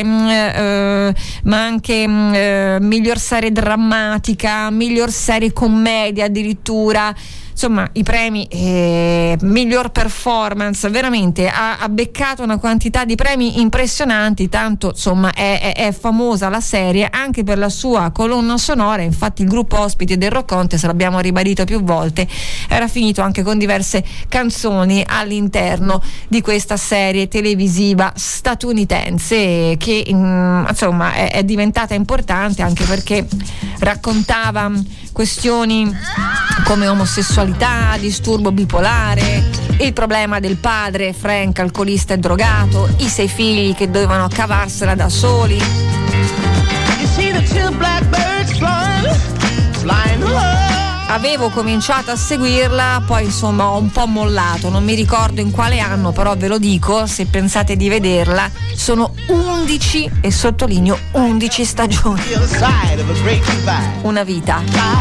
ma anche miglior serie drammatica, miglior serie commedia addirittura. Insomma, i premi, miglior performance, veramente ha beccato una quantità di premi impressionanti. Tanto insomma è famosa la serie anche per la sua colonna sonora. Infatti il gruppo ospite del Rock Contest, l'abbiamo ribadito più volte, era finito anche con diverse canzoni all'interno di questa serie televisiva statunitense che insomma è diventata importante anche perché raccontava questioni come omosessualità, disturbo bipolare, il problema del padre Frank alcolista e drogato, i 6 figli che dovevano cavarsela da soli. Avevo cominciato a seguirla, poi insomma ho un po' mollato, non mi ricordo in quale anno, però ve lo dico, se pensate di vederla, sono 11, e sottolineo 11 stagioni. Una vita.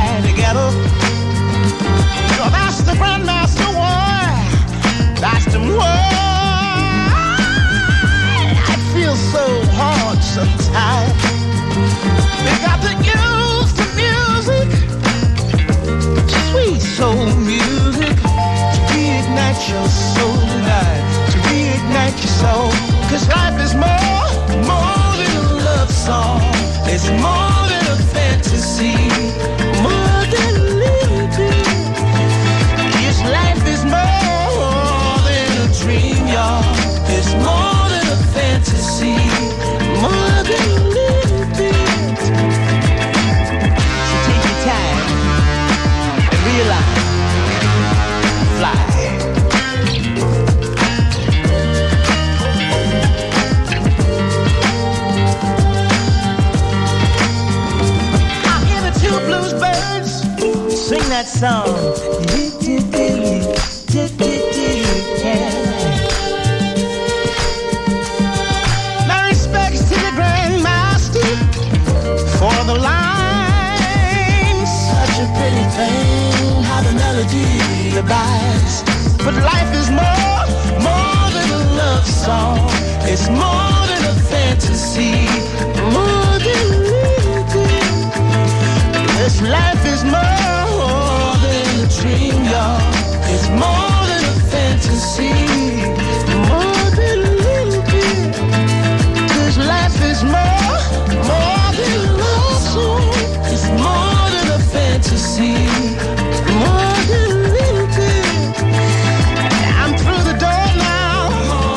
Sweet soul music to reignite your soul tonight, to reignite your soul. 'Cause life is more than a love song. It's more than a fantasy, more than a little bit. Yes, life is more than a dream, y'all. It's more than a fantasy, more than a little bit. So take your time and realize, fly. Sing that song. My respects to the Grandmaster for the line. Such a pretty thing, how the melody abides. But life is more than a love song. It's more than a fantasy, more than a little bit. This life is more dream, y'all. It's more than a fantasy, more than a little bit. 'Cause life is more than a love song. It's more than a fantasy, more than a little bit. I'm through the door now,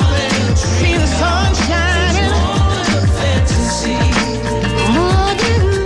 see the sun shining, more than a fantasy, more than a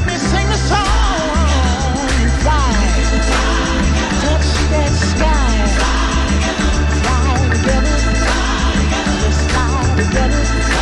me sing a song. Fly, touch that sky. Fly together, let's fly together.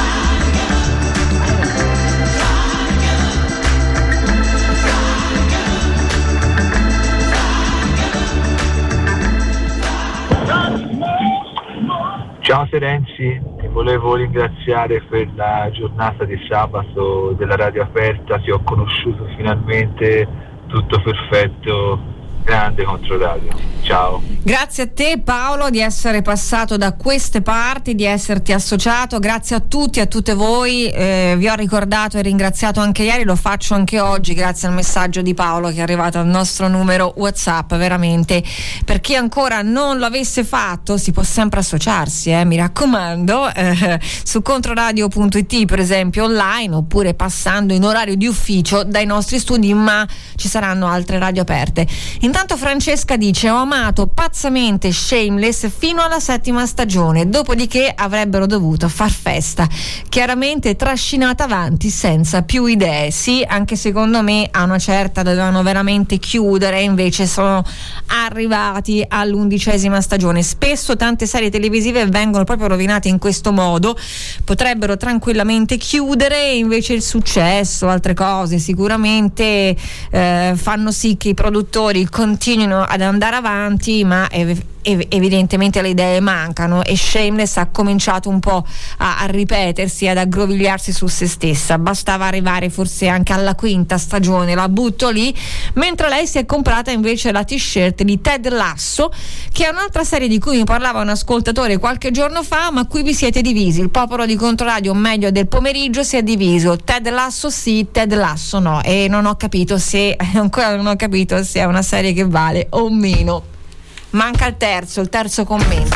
Ciao Terenzi, ti volevo ringraziare per la giornata di sabato della radio aperta, ti ho conosciuto finalmente, tutto perfetto, grande Controradio. Ciao. Grazie a te Paolo di essere passato da queste parti, di esserti associato, grazie a tutti, a tutte voi, vi ho ricordato e ringraziato anche ieri, lo faccio anche oggi grazie al messaggio di Paolo che è arrivato al nostro numero WhatsApp. Veramente, per chi ancora non lo avesse fatto si può sempre associarsi, mi raccomando, su controradio.it per esempio online, oppure passando in orario di ufficio dai nostri studi, ma ci saranno altre radio aperte. Intanto Francesca dice: ho amato pazzamente Shameless fino alla 7ª stagione, dopodiché avrebbero dovuto far festa, chiaramente trascinata avanti senza più idee. Sì, anche secondo me a una certa dovevano veramente chiudere, invece sono arrivati all'11ª stagione. Spesso tante serie televisive vengono proprio rovinate in questo modo, potrebbero tranquillamente chiudere, e invece il successo, altre cose sicuramente fanno sì che i produttori continuino ad andare avanti, ma evidentemente le idee mancano, e Shameless ha cominciato un po' a ripetersi, ad aggrovigliarsi su se stessa. Bastava arrivare forse anche alla 5ª stagione, la butto lì, mentre lei si è comprata invece la t-shirt di Ted Lasso, che è un'altra serie di cui mi parlava un ascoltatore qualche giorno fa, ma qui vi siete divisi. Il popolo di Controradio meglio del pomeriggio si è diviso: Ted Lasso sì, Ted Lasso no, e non ho capito se ancora non ho capito se è una serie che vale o meno. Manca il terzo commento.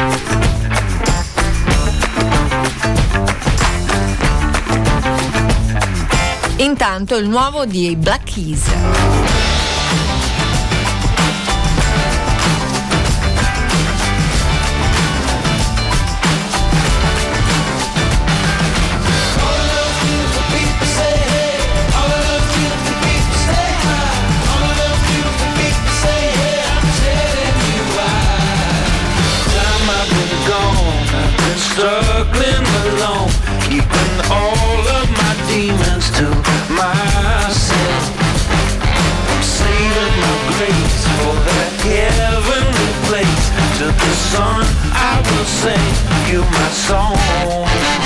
Intanto il nuovo di Black Keys. Struggling alone, keeping all of my demons to myself. I'm saving my grace for that heavenly place. To the sun I will sing you my song.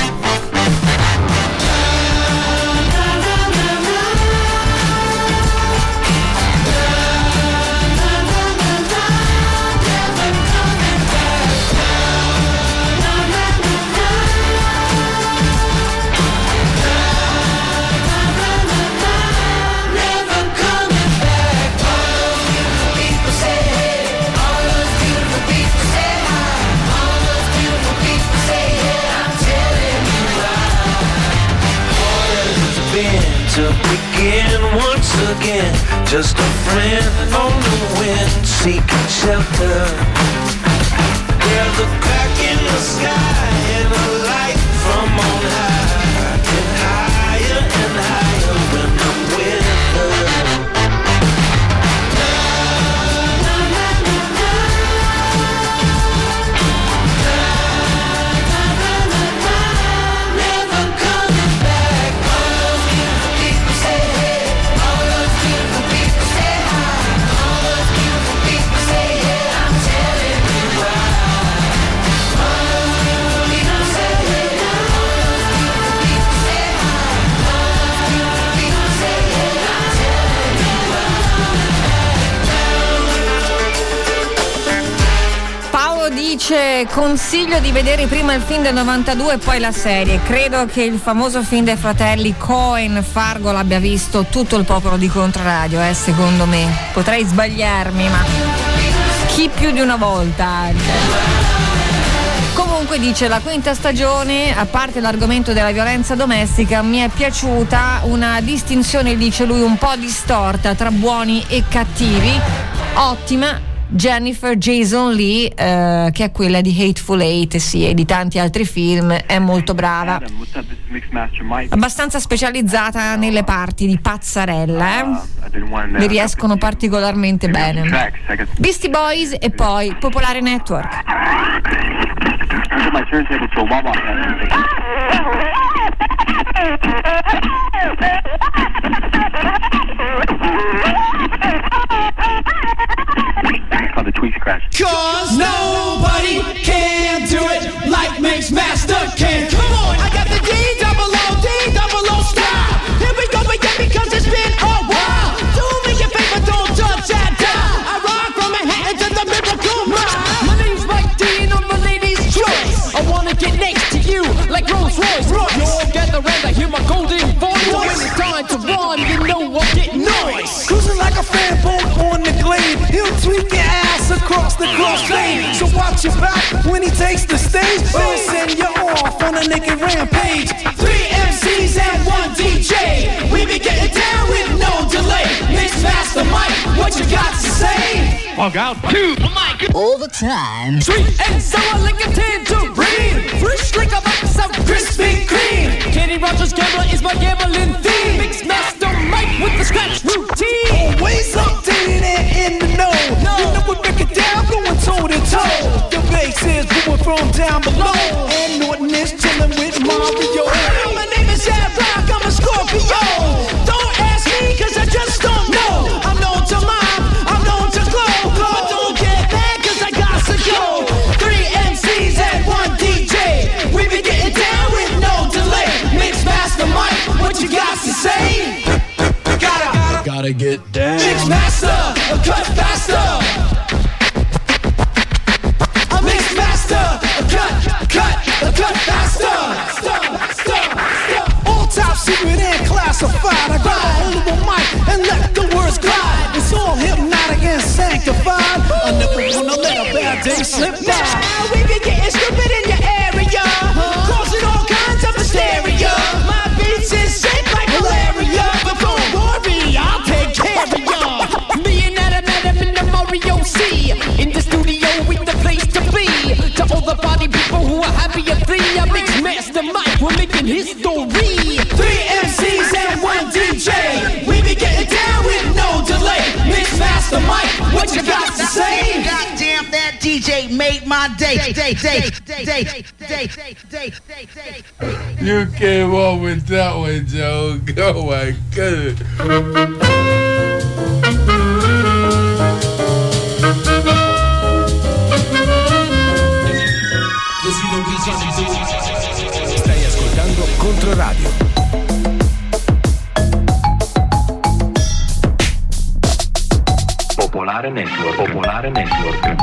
To begin once again, just a friend on the wind, seeking shelter. There's a crack in the sky and a light from on high, and higher when I'm with her. Dice: consiglio di vedere prima il film del 92 e poi la serie. Credo che il famoso film dei fratelli Coen, Fargo, l'abbia visto tutto il popolo di Controradio, secondo me. Potrei sbagliarmi, ma chi più di una volta. Comunque dice: la 5ª stagione, a parte l'argomento della violenza domestica, mi è piaciuta una distinzione, dice lui, un po' distorta tra buoni e cattivi, ottima. Jennifer Jason Leigh, che è quella di Hateful Eight, sì, e di tanti altri film. È molto brava, abbastanza specializzata nelle parti di pazzarella, le riescono particolarmente bene. Beastie Boys e poi Popolare Network. Cause nobody can do it like Mixmaster can. Come on, I got the D-double-O style. Here we go again because it's been a while. Do me a favor, don't touch that dial. I rock from Manhattan to the Miracle Mile. My name's Mike D and I'm the lady's choice. I wanna get next to you like Rolls Royce. You all gather round, I hear my golden voice. So when it's time to run, you know I'm getting noise. Cruising like a fan boat on the glade. He'll tweak your ass across the cross lane. So watch your back when he takes the stage. He'll send you off on a naked rampage. 3 MCs and 1 DJ. We be getting down with no delay. Mixmaster Mike, what you got to say? Bug out to Mike. All the time. Sweet and sour like a tangerine. Fresh like a box of Krispy Kreme. Kenny Rogers Gambler is my gambling theme. Mixmaster Mike with the scratch routine. Always updated and in the know. You know we break it down, going toe to toe. The bass is moving from down below. And Norton is chilling with Mario. My name is Ad Rock, I'm a Scorpio. Don't ask me, cause I just don't know. I'm known to mime, I'm known to glow. But don't get mad, cause I got to go. 3 MCs and 1 DJ. We be getting down with no delay. Mixmaster Mike, what you got to say? Gotta get down. Mixmaster, cut faster. A Mixmaster, cut faster. All top secret and classified. I grab a hold of a mic and let the words glide. It's all hypnotic and sanctified. I never wanna let a bad day slip by. We be getting stupid in your area, causing all kinds of hysteria. My beats is shaped like malaria, but don't worry, I'll take care of ya. Me and Adam in the Mario C. In the studio with the place to be. To all the party people who are happy at 3, I Mixmaster Mike, we're making history. 3 MCs and 1 DJ. We be getting down with no delay. Mixmaster Mike, what you got to say? Goddamn, that DJ made my day. You came on with that one, Joe. Oh my goodness. Stai ascoltando Controradio. Popolare Network.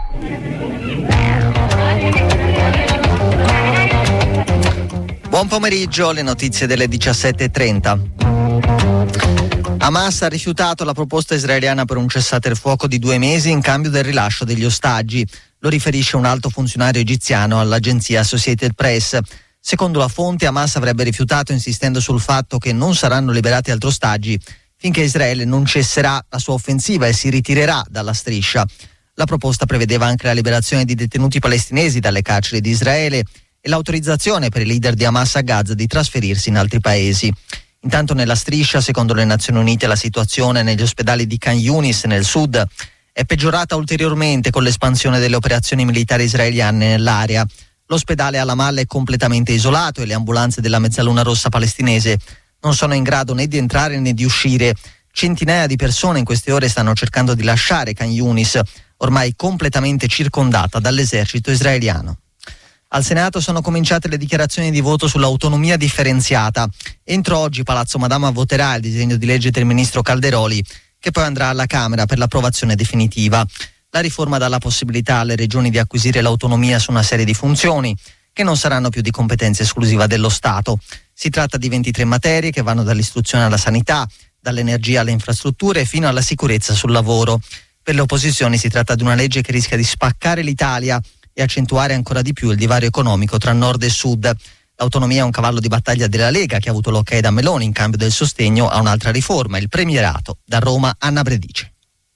Buon pomeriggio, le notizie delle 17:30. Hamas ha rifiutato la proposta israeliana per un cessate il fuoco di 2 mesi in cambio del rilascio degli ostaggi. Lo riferisce un alto funzionario egiziano all'agenzia Associated Press. Secondo la fonte, Hamas avrebbe rifiutato insistendo sul fatto che non saranno liberati altri ostaggi finché Israele non cesserà la sua offensiva e si ritirerà dalla striscia. La proposta prevedeva anche la liberazione di detenuti palestinesi dalle carceri di Israele e l'autorizzazione per i leader di Hamas a Gaza di trasferirsi in altri paesi. Intanto nella striscia, secondo le Nazioni Unite, la situazione negli ospedali di Khan Yunis nel sud è peggiorata ulteriormente con l'espansione delle operazioni militari israeliane nell'area. L'ospedale Al-Amal è completamente isolato e le ambulanze della Mezzaluna Rossa palestinese non sono in grado né di entrare né di uscire. Centinaia di persone in queste ore stanno cercando di lasciare Khan Yunis, ormai completamente circondata dall'esercito israeliano. Al Senato sono cominciate le dichiarazioni di voto sull'autonomia differenziata. Entro oggi Palazzo Madama voterà il disegno di legge del ministro Calderoli, che poi andrà alla Camera per l'approvazione definitiva. La riforma dà la possibilità alle regioni di acquisire l'autonomia su una serie di funzioni che non saranno più di competenza esclusiva dello Stato. Si tratta di 23 materie che vanno dall'istruzione alla sanità, dall'energia alle infrastrutture fino alla sicurezza sul lavoro. Per le opposizioni si tratta di una legge che rischia di spaccare l'Italia e accentuare ancora di più il divario economico tra nord e sud. L'autonomia è un cavallo di battaglia della Lega, che ha avuto l'ok da Meloni in cambio del sostegno a un'altra riforma, il premierato. Da Roma, Anna Bredice.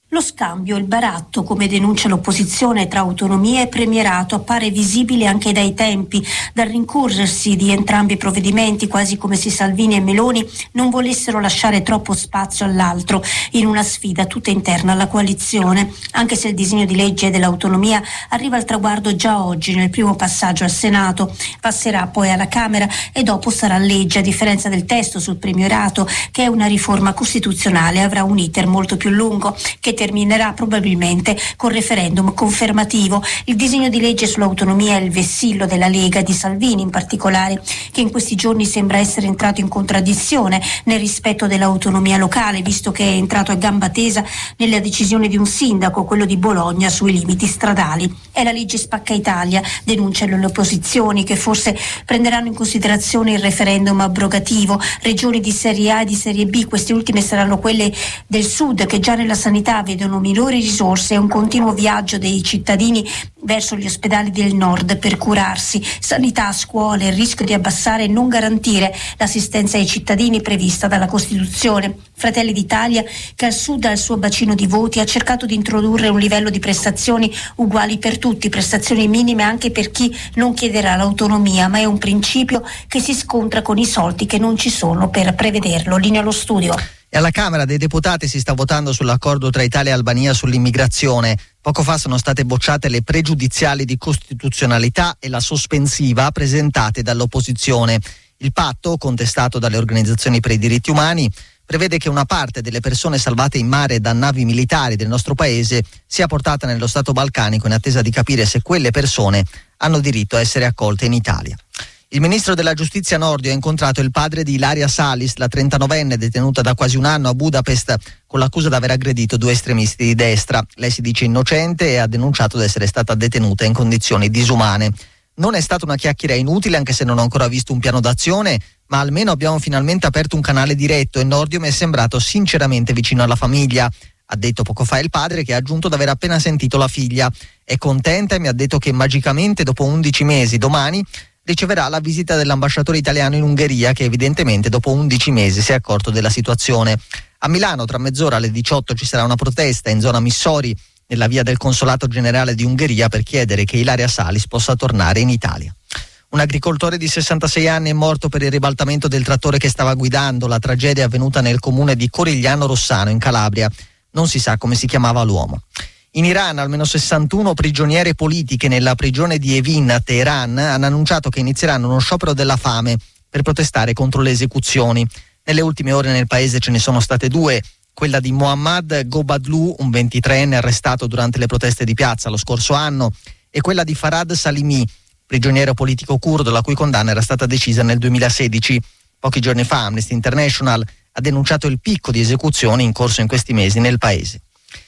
Lo scambio, il baratto, come denuncia l'opposizione tra autonomia e premierato, appare visibile anche dai tempi, dal rincorrersi di entrambi i provvedimenti, quasi come se Salvini e Meloni non volessero lasciare troppo spazio all'altro, in una sfida tutta interna alla coalizione. Anche se il disegno di legge dell'autonomia arriva al traguardo già oggi nel primo passaggio al Senato, passerà poi alla Camera e dopo sarà legge, a differenza del testo sul premierato, che è una riforma costituzionale, avrà un iter molto più lungo, che terminerà probabilmente con referendum confermativo. Il disegno di legge sull'autonomia è il vessillo della Lega, di Salvini in particolare, che in questi giorni sembra essere entrato in contraddizione nel rispetto dell'autonomia locale, visto che è entrato a gamba tesa nella decisione di un sindaco, quello di Bologna, sui limiti stradali. È la legge Spacca Italia, denunciano le opposizioni, che forse prenderanno in considerazione il referendum abrogativo. Regioni di serie A e di serie B, queste ultime saranno quelle del sud, che già nella sanità vedono minori risorse e un continuo viaggio dei cittadini verso gli ospedali del nord per curarsi. Sanità, scuole, il rischio di abbassare e non garantire l'assistenza ai cittadini prevista dalla Costituzione. Fratelli d'Italia, che al sud ha il suo bacino di voti, ha cercato di introdurre un livello di prestazioni uguali per tutti, prestazioni minime anche per chi non chiederà l'autonomia, ma è un principio che si scontra con i soldi che non ci sono per prevederlo. Linea allo studio. E alla Camera dei Deputati si sta votando sull'accordo tra Italia e Albania sull'immigrazione. Poco fa sono state bocciate le pregiudiziali di costituzionalità e la sospensiva presentate dall'opposizione. Il patto, contestato dalle organizzazioni per i diritti umani, prevede che una parte delle persone salvate in mare da navi militari del nostro paese sia portata nello Stato balcanico in attesa di capire se quelle persone hanno diritto a essere accolte in Italia. Il ministro della giustizia Nordio ha incontrato il padre di Ilaria Salis, la 39enne detenuta da quasi un anno a Budapest con l'accusa di aver aggredito 2 estremisti di destra. Lei si dice innocente e ha denunciato di essere stata detenuta in condizioni disumane. Non è stata una chiacchiera inutile, anche se non ho ancora visto un piano d'azione, ma almeno abbiamo finalmente aperto un canale diretto e Nordio mi è sembrato sinceramente vicino alla famiglia. Ha detto poco fa il padre, che ha aggiunto di aver appena sentito la figlia. È contenta e mi ha detto che magicamente dopo 11 mesi, domani, riceverà la visita dell'ambasciatore italiano in Ungheria, che evidentemente dopo 11 mesi si è accorto della situazione. A Milano tra mezz'ora alle 18 ci sarà una protesta in zona Missori, nella via del Consolato Generale di Ungheria, per chiedere che Ilaria Salis possa tornare in Italia. Un agricoltore di 66 anni è morto per il ribaltamento del trattore che stava guidando. La tragedia è avvenuta nel comune di Corigliano Rossano in Calabria. Non si sa come si chiamava l'uomo. In Iran almeno 61 prigioniere politiche nella prigione di Evin a Teheran hanno annunciato che inizieranno uno sciopero della fame per protestare contro le esecuzioni. Nelle ultime ore nel paese ce ne sono state 2, quella di Mohammad Gobadlou, un 23enne arrestato durante le proteste di piazza lo scorso anno, e quella di Farad Salimi, prigioniero politico curdo la cui condanna era stata decisa nel 2016. Pochi giorni fa Amnesty International ha denunciato il picco di esecuzioni in corso in questi mesi nel paese.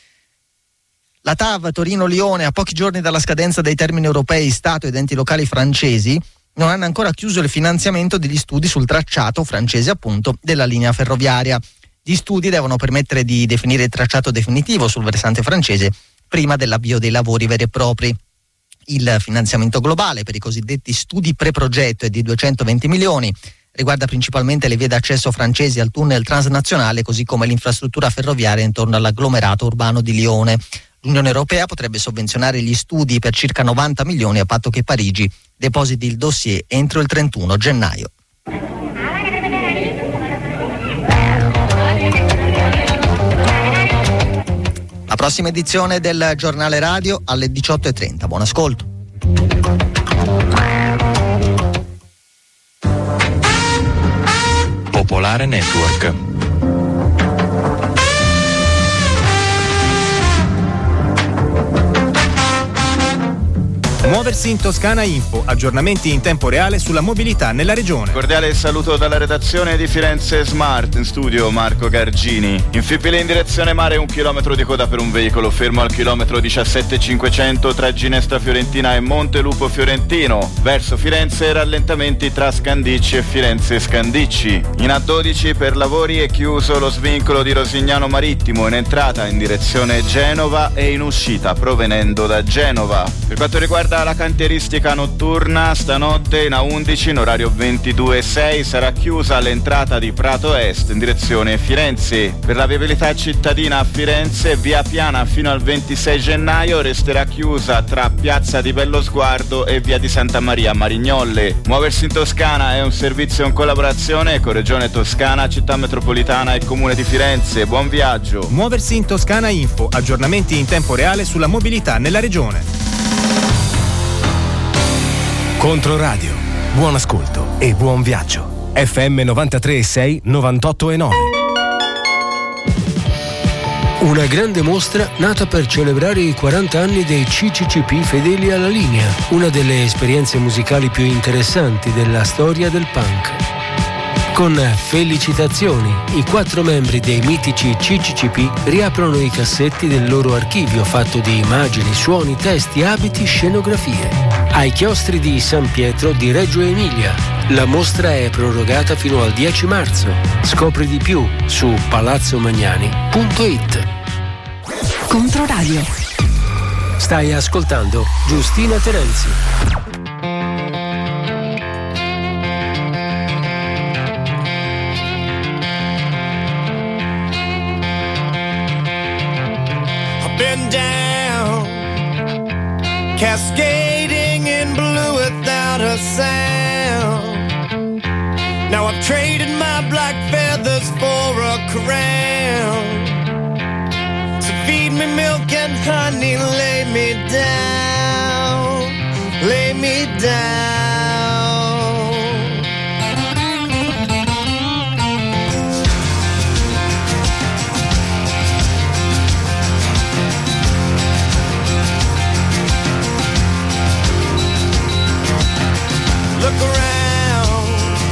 La TAV Torino-Lione, a pochi giorni dalla scadenza dei termini europei, Stato ed enti locali francesi non hanno ancora chiuso il finanziamento degli studi sul tracciato francese, appunto, della linea ferroviaria. Gli studi devono permettere di definire il tracciato definitivo sul versante francese prima dell'avvio dei lavori veri e propri. Il finanziamento globale per i cosiddetti studi preprogetto è di 220 milioni, riguarda principalmente le vie d'accesso francesi al tunnel transnazionale, così come l'infrastruttura ferroviaria intorno all'agglomerato urbano di Lione. L'Unione Europea potrebbe sovvenzionare gli studi per circa 90 milioni a patto che Parigi depositi il dossier entro il 31 gennaio. La prossima edizione del Giornale Radio alle 18:30. Buon ascolto. Popolare Network. Muoversi in Toscana Info, aggiornamenti in tempo reale sulla mobilità nella regione. Cordiale saluto dalla redazione di Firenze Smart, in studio Marco Gargini. Infibile in direzione mare, 1 chilometro di coda per un veicolo fermo al chilometro 17,500 tra Ginestra Fiorentina e Montelupo Fiorentino. Verso Firenze rallentamenti tra Scandicci e Firenze Scandicci. In A12 per lavori è chiuso lo svincolo di Rosignano Marittimo in entrata in direzione Genova e in uscita provenendo da Genova. Per quanto riguarda la canteristica notturna stanotte in A11 in orario 22.06 sarà chiusa all'entrata di Prato Est in direzione Firenze. Per la viabilità cittadina a Firenze, via Piana fino al 26 gennaio resterà chiusa tra Piazza di Bello Sguardo e via di Santa Maria Marignolle. Muoversi in Toscana è un servizio in collaborazione con Regione Toscana, Città Metropolitana e Comune di Firenze. Buon viaggio. Muoversi in Toscana Info, aggiornamenti in tempo reale sulla mobilità nella regione. Controradio, buon ascolto e buon viaggio. FM 93.6, 98.9. Una grande mostra nata per celebrare i 40 anni dei CCCP Fedeli alla Linea, una delle esperienze musicali più interessanti della storia del punk. Con felicitazioni, i 4 membri dei mitici CCCP riaprono i cassetti del loro archivio fatto di immagini, suoni, testi, abiti, scenografie. Ai chiostri di San Pietro di Reggio Emilia. La mostra è prorogata fino al 10 marzo. Scopri di più su palazzomagnani.it. Controradio. Stai ascoltando Giustina Terenzi. Been down, cascading in blue without a sound. Now I've traded my black feathers for a crown. So feed me milk and honey, lay me down, lay me down. Look around,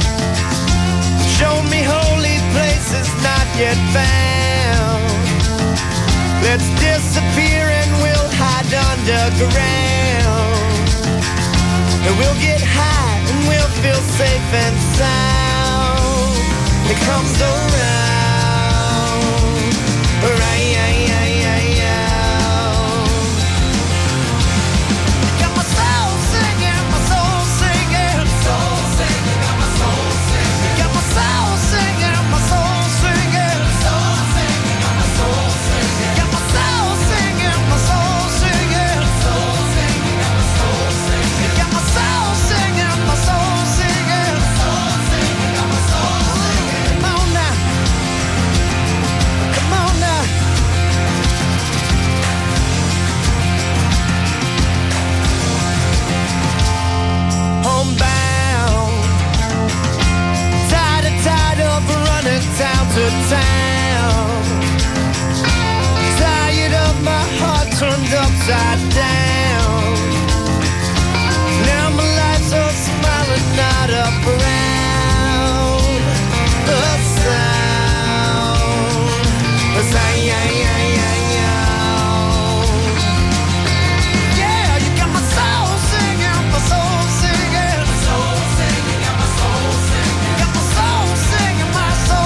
show me holy places not yet found. Let's disappear and we'll hide underground. And we'll get high and we'll feel safe and sound. It comes around, right. Town to town, tired of my heart turned upside down. Now my life's all smiling, not up around the sound. The sound. Yeah, you got my soul singing, my soul singing, my soul singing, got my soul singing, got my soul singing, my soul.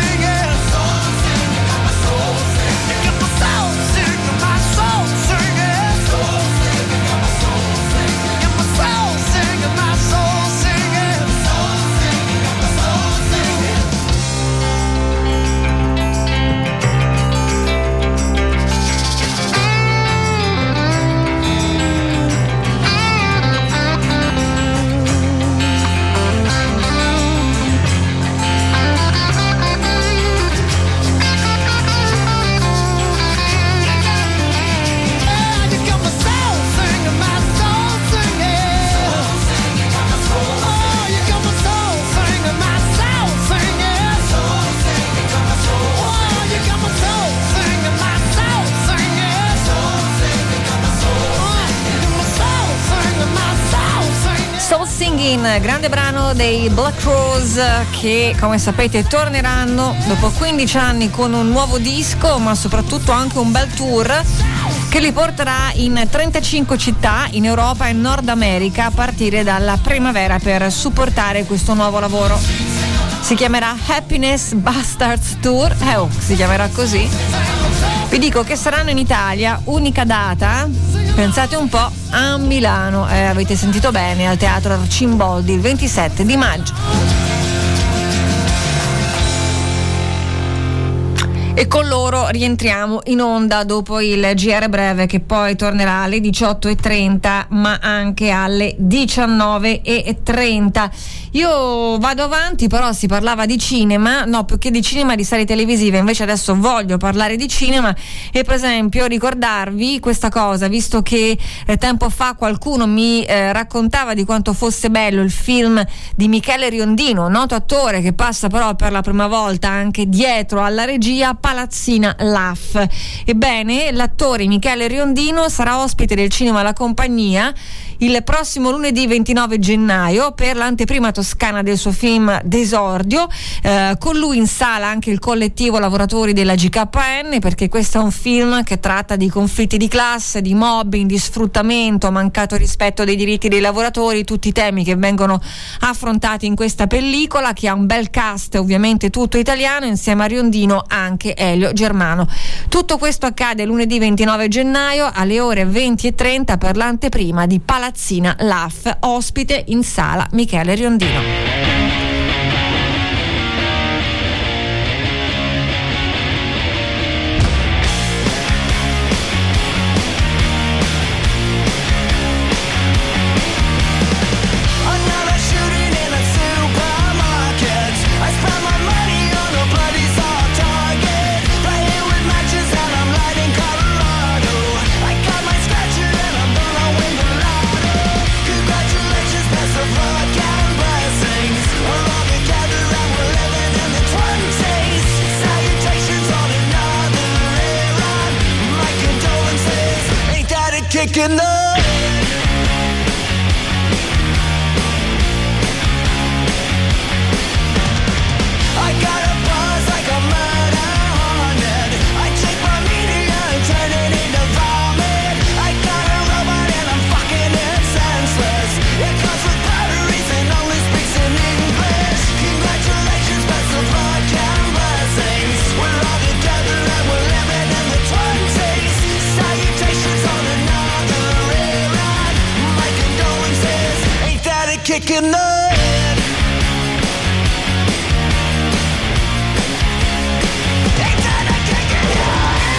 Grande brano dei Black Rose che, come sapete, torneranno dopo 15 anni con un nuovo disco, ma soprattutto anche un bel tour che li porterà in 35 città in Europa e Nord America a partire dalla primavera per supportare questo nuovo lavoro. Si chiamerà Happiness Bastards Tour, si chiamerà così. Vi dico che saranno in Italia, unica data Pensate un po', a Milano, avete sentito bene, al Teatro Arcimboldi il 27 di maggio. E con loro rientriamo in onda dopo il GR breve, che poi tornerà alle 18:30 ma anche alle 19:30. Io vado avanti, però si parlava di cinema, no, più che di cinema, di serie televisive. Invece adesso voglio parlare di cinema e per esempio ricordarvi questa cosa, visto che tempo fa qualcuno mi raccontava di quanto fosse bello il film di Michele Riondino, noto attore che passa però per la prima volta anche dietro alla regia, Palazzina Laff. Ebbene, l'attore Michele Riondino sarà ospite del Cinema La Compagnia il prossimo lunedì 29 gennaio per l'anteprima toscana del suo film D'Esordio. Con lui in sala anche il collettivo lavoratori della GKN, perché questo è un film che tratta di conflitti di classe, di mobbing, di sfruttamento, mancato rispetto dei diritti dei lavoratori, tutti i temi che vengono affrontati in questa pellicola, che ha un bel cast ovviamente tutto italiano, insieme a Riondino anche Elio Germano. Tutto questo accade lunedì 29 gennaio alle ore 20:30 per l'anteprima di Palazzina Laff, ospite in sala Michele Riondino. Kicking up. I got a buzz like a murder hornet. I take my media and turn it into vomit. I got a robot and I'm fucking it senseless. It comes with batteries and only speaks in English. Congratulations, best of luck and blessings. We're all together and we're living in the 20s. Salutations on another era. My condolences. Ain't that a kick in the head? Ain't that a kick in the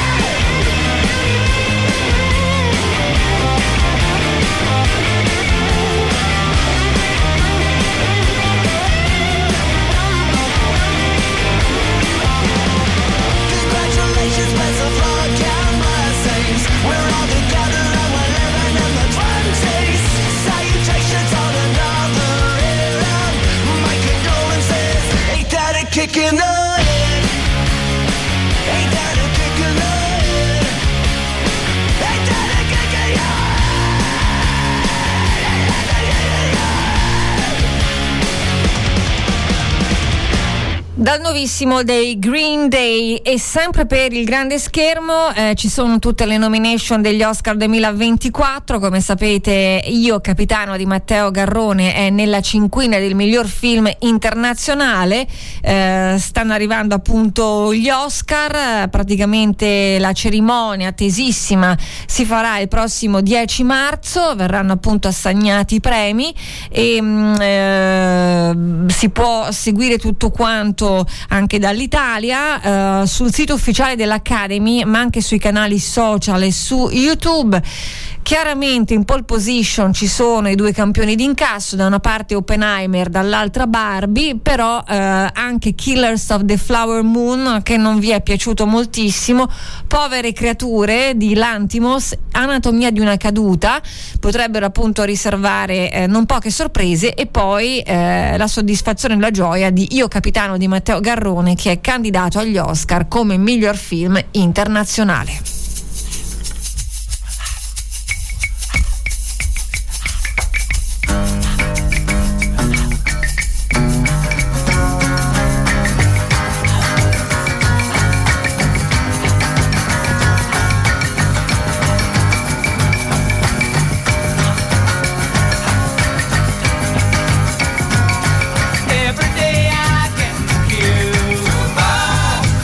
Congratulations, best of luck and blessings. We're all together and we're living in the 20s. Salutations on another era. My condolences. Ain't that a kick in the head? Ain't that a kick in the head? Ain't that a kick in the head? Dal nuovissimo dei Green Day, e sempre per il grande schermo ci sono tutte le nomination degli Oscar 2024. Come sapete, Io Capitano di Matteo Garrone è nella cinquina del miglior film internazionale. Stanno arrivando appunto gli Oscar, praticamente la cerimonia attesissima si farà il prossimo 10 marzo, verranno appunto assegnati i premi e si può seguire tutto quanto anche dall'Italia sul sito ufficiale dell'Academy, ma anche sui canali social e su YouTube. Chiaramente in pole position ci sono i due campioni d'incasso, da una parte Oppenheimer, dall'altra Barbie, però anche Killers of the Flower Moon, che non vi è piaciuto moltissimo, Povere creature di Lanthimos, Anatomia di una caduta, potrebbero appunto riservare non poche sorprese, e poi la soddisfazione e la gioia di Io Capitano di Matteo Garrone, che è candidato agli Oscar come miglior film internazionale.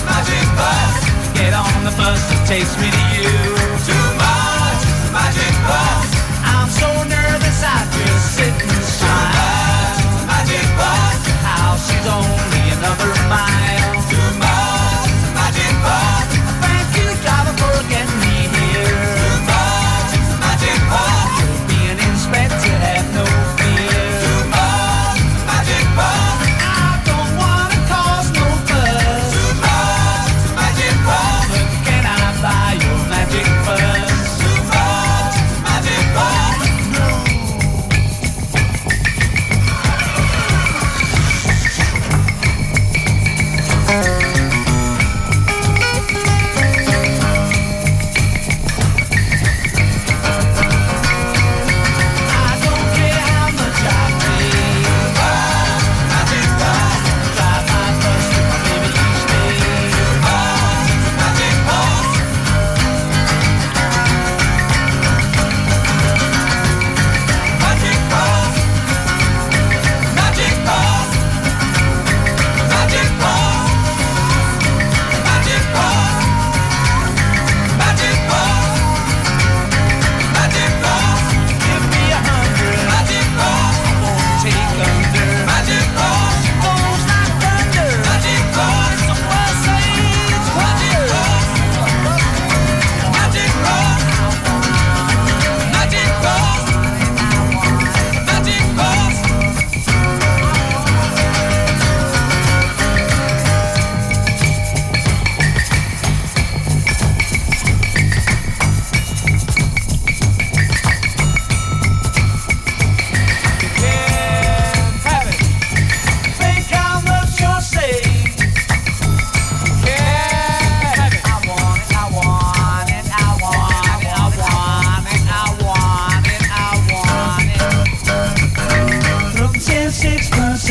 Takes me to you. Too much magic.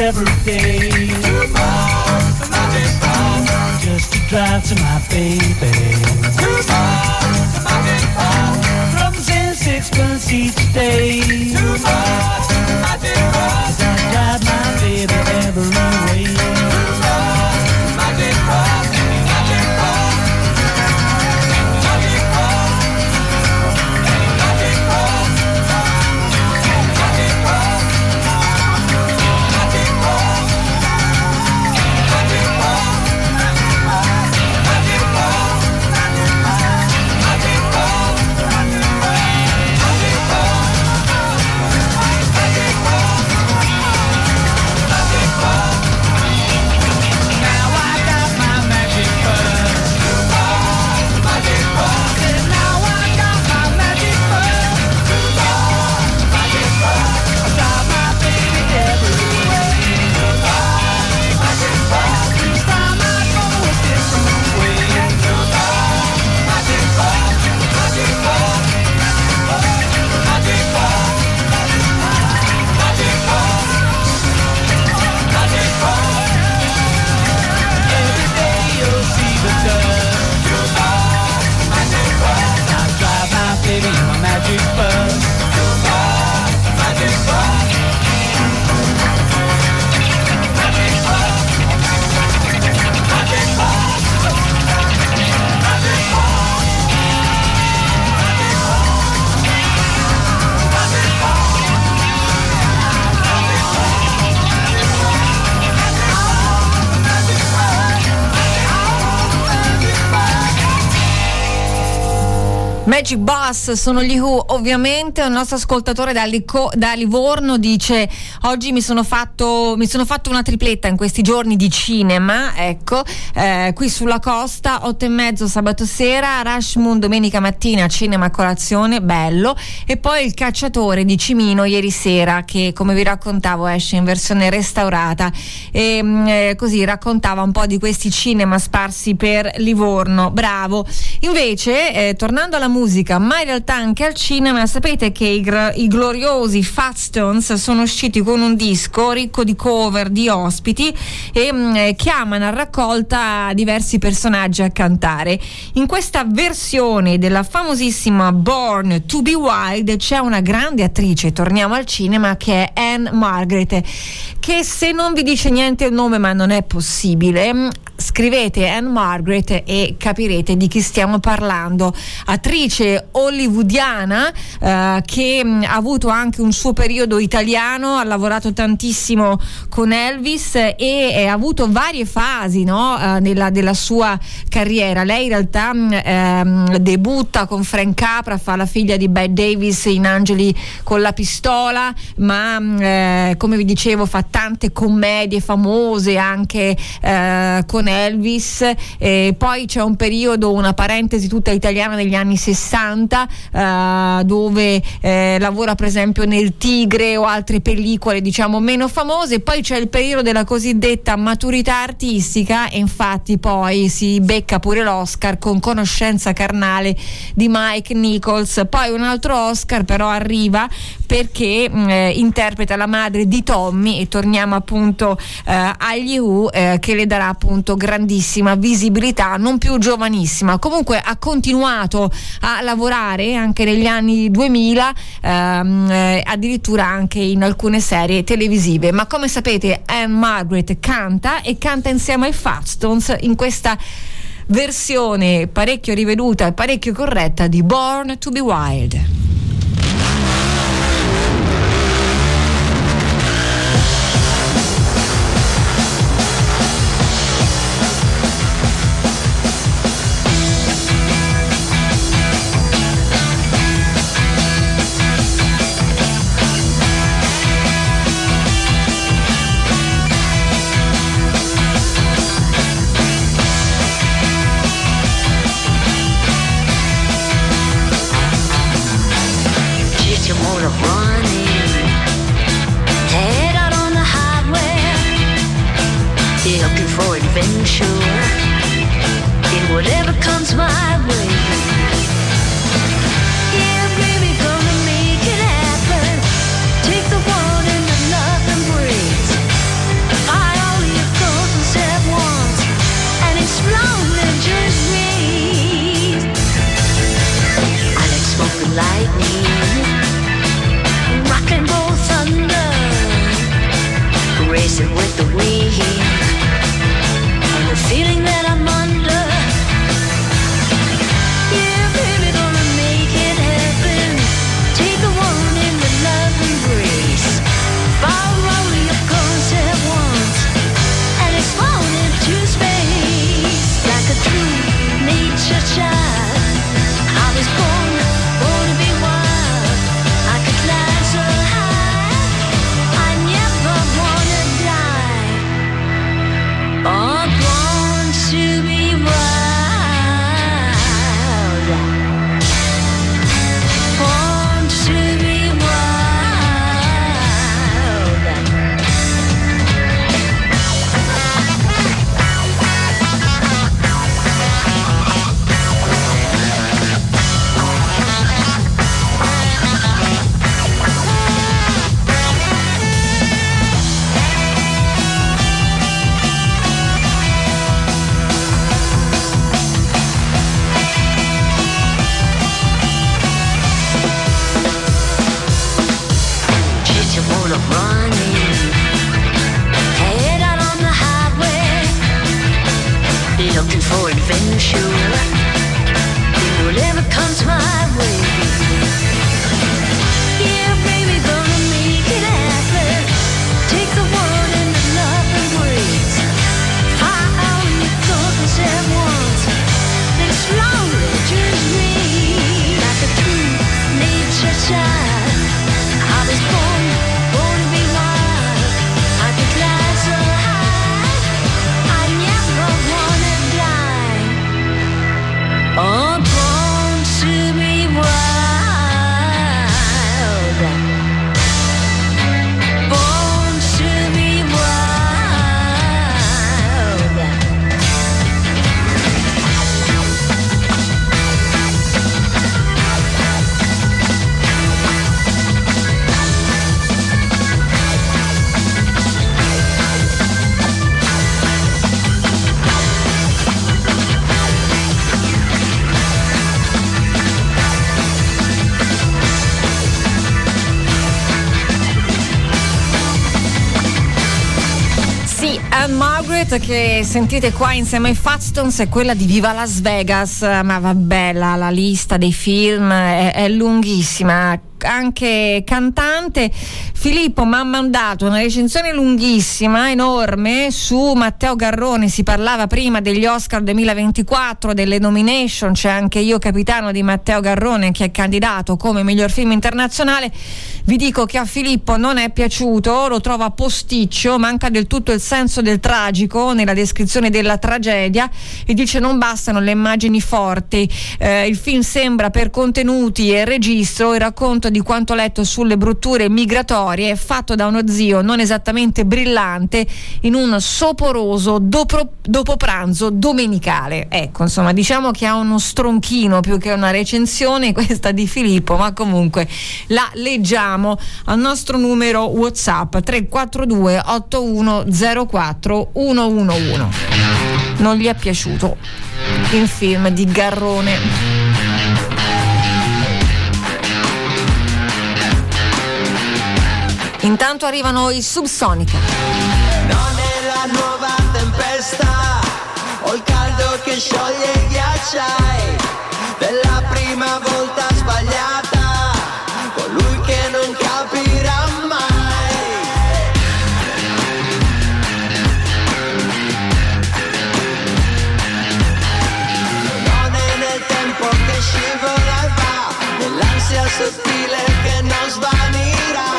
every day. Two miles to Magic Ball, just to drive to my baby. 2 miles to Magic Ball, from 10-6 each day. 2 miles to Magic Ball, I drive my baby every way. 2 miles to Magic Ball, Magic Ball, Magic Ball, Magic Ball. Magic Bus sono gli Who. Ovviamente un nostro ascoltatore da Livorno dice: oggi mi sono fatto una tripletta in questi giorni di cinema, ecco, qui sulla costa, 8:30 sabato sera, Rush Moon domenica mattina, cinema a colazione, bello, e poi Il Cacciatore di Cimino ieri sera, che come vi raccontavo esce in versione restaurata, e così raccontava un po' di questi cinema sparsi per Livorno. Bravo. Invece tornando alla musica, ma in realtà anche al cinema, sapete che i gloriosi Fat Stones sono usciti con un disco ricco di cover, di ospiti, e chiamano a raccolta diversi personaggi a cantare. In questa versione della famosissima Born to be Wild c'è una grande attrice, torniamo al cinema, che è Anne Margaret, che se non vi dice niente il nome, ma non è possibile, scrivete Anne Margaret e capirete di chi stiamo parlando. Attrice hollywoodiana che ha avuto anche un suo periodo italiano, ha lavorato tantissimo con Elvis e ha avuto varie fasi, no, della sua carriera. Lei in realtà debutta con Frank Capra, fa la figlia di Bette Davis in Angeli con la pistola, ma come vi dicevo fa tante commedie famose anche con Elvis. Poi c'è un periodo, una parentesi tutta italiana negli anni 60, dove lavora per esempio nel Tigre o altre pellicole diciamo meno famose. Poi c'è il periodo della cosiddetta maturità artistica, e infatti poi si becca pure l'Oscar con Conoscenza carnale di Mike Nichols. Poi un altro Oscar però arriva perché interpreta la madre di Tommy, e torniamo appunto agli Who, che le darà appunto grandissima visibilità, non più giovanissima. Comunque ha continuato a lavorare anche negli anni 2000, addirittura anche in alcune serie televisive. Ma come sapete Anne Margaret canta, e canta insieme ai Fat Stones in questa versione parecchio riveduta e parecchio corretta di Born to be Wild. Margaret, che sentite qua insieme ai Fat Stones, è quella di Viva Las Vegas. Ma vabbè, la lista dei film è lunghissima. Anche cantante. Filippo mi ha mandato una recensione lunghissima, enorme, su Matteo Garrone. Si parlava prima degli Oscar 2024, delle nomination. C'è anche Io Capitano di Matteo Garrone, che è candidato come miglior film internazionale. Vi dico che a Filippo non è piaciuto, lo trova posticcio, manca del tutto il senso del tragico nella descrizione della tragedia, e dice non bastano le immagini forti. Il film sembra, per contenuti e registro, il racconto di quanto letto sulle brutture migratorie, fatto da uno zio non esattamente brillante in un soporoso dopo pranzo domenicale. Ecco, insomma, diciamo che ha uno stronchino più che una recensione questa di Filippo, ma comunque la leggiamo al nostro numero WhatsApp 342 8104 111. Non gli è piaciuto il film di Garrone. Intanto arrivano i Subsonica. Non è la nuova tempesta o il caldo che scioglie i ghiacciai della prima volta sbagliata, colui che non capirà mai. Non è nel tempo che scivola e va, nell'ansia sottile che non svanirà.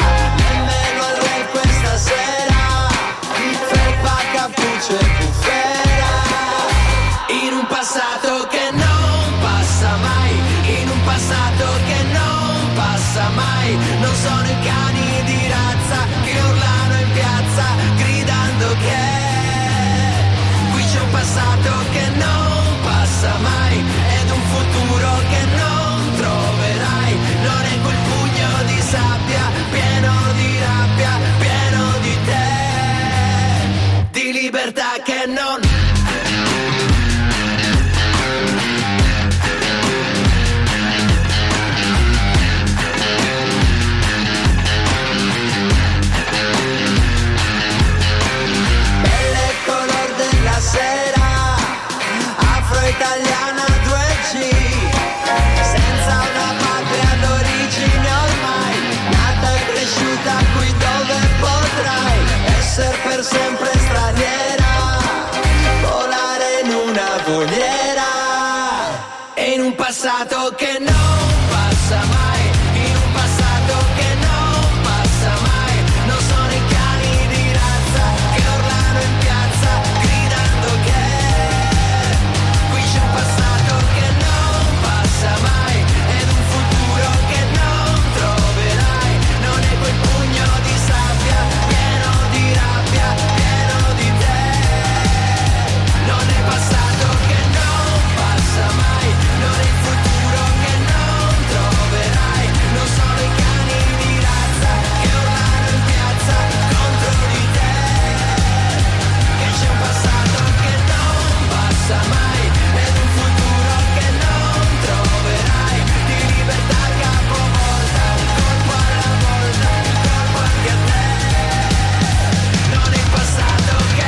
Cappuccio e bufera, in un passato che non passa mai, in un passato che non passa mai. Non sono i cani di razza che urlano in piazza gridando che qui c'è un passato che non passa mai ed un futuro che non troverai. Non è quel pugno di sabbia pieno di rabbia, pieno di te, di libertà che non. Belle color della sera, afro-italiana 2G, senza una patria d'origine ormai, nata e cresciuta qui dove potrai essere per sempre straniera, volare in una voliera, e in un passato che non passa mai, in un passato che non passa mai. Non sono i cani di razza che urlano in piazza gridando che qui c'è un passato che non passa mai ed un futuro che non troverai. Non è quel pugno di sabbia pieno di rabbia, pieno di te. Non è passato che non passa mai, non è il futuro che non troverai. Non sono i cani di razza che urlano in piazza contro di te. Che c'è un passato che non passa mai ed un futuro che non troverai. Di libertà capovolta, un colpo alla volta, un colpo anche a te. Non è il passato che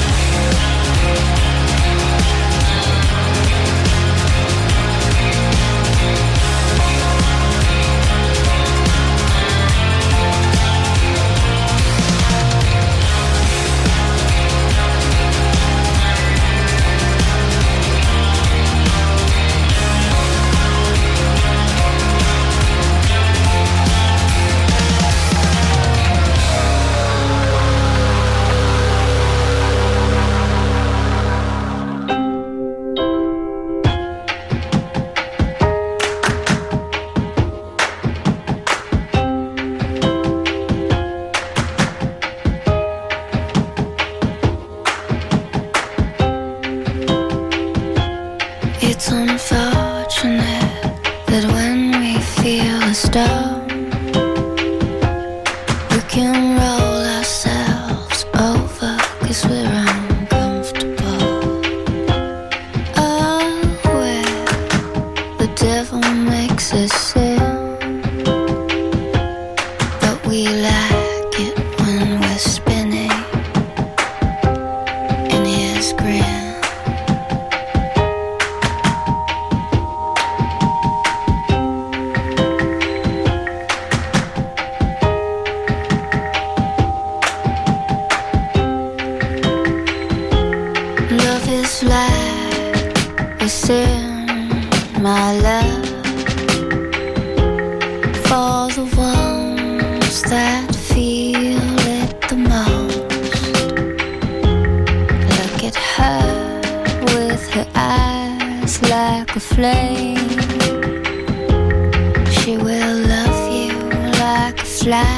it's unfortunate that when we feel a storm, we can roll ourselves over 'cause we're uncomfortable. Oh, where the devil makes us sin, but we like it when we're spinning. my love for the ones that feel it the most. Look at her with her eyes like a flame. She will love you like a fly.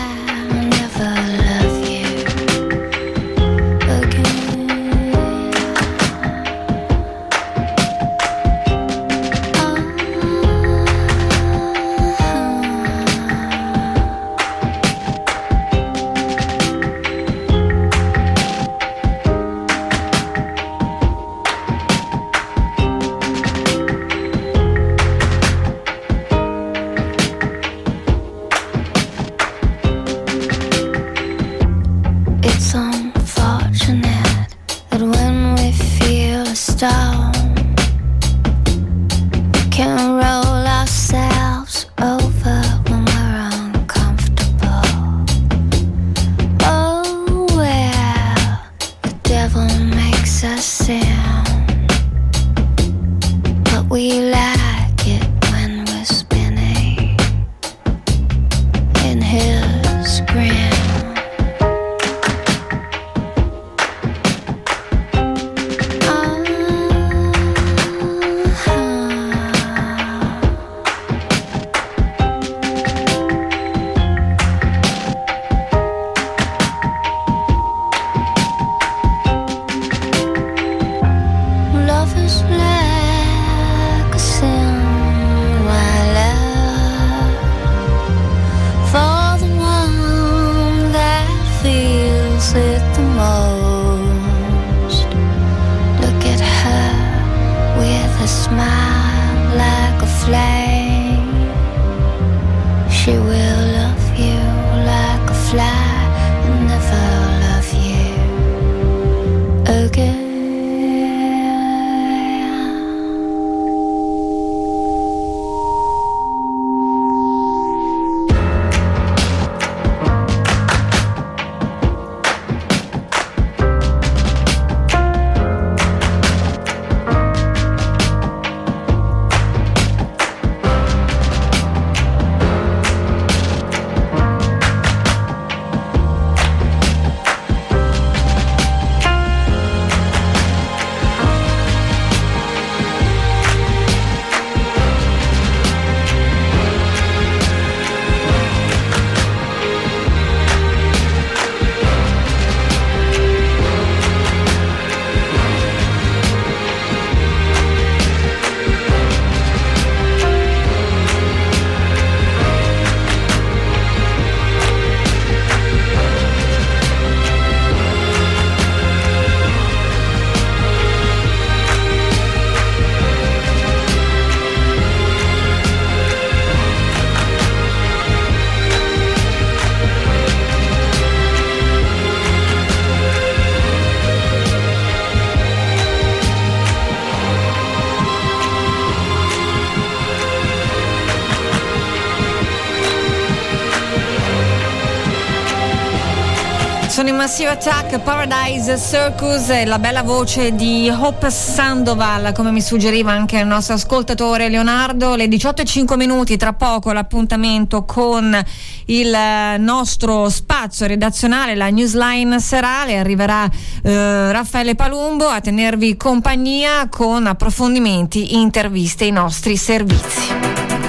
Sono in Massive Attack, Paradise Circus e la bella voce di Hope Sandoval, come mi suggeriva anche il nostro ascoltatore Leonardo. Le 18:05, tra poco l'appuntamento con il nostro spazio redazionale, la newsline serale. Arriverà Raffaele Palumbo a tenervi compagnia con approfondimenti, interviste ai nostri servizi.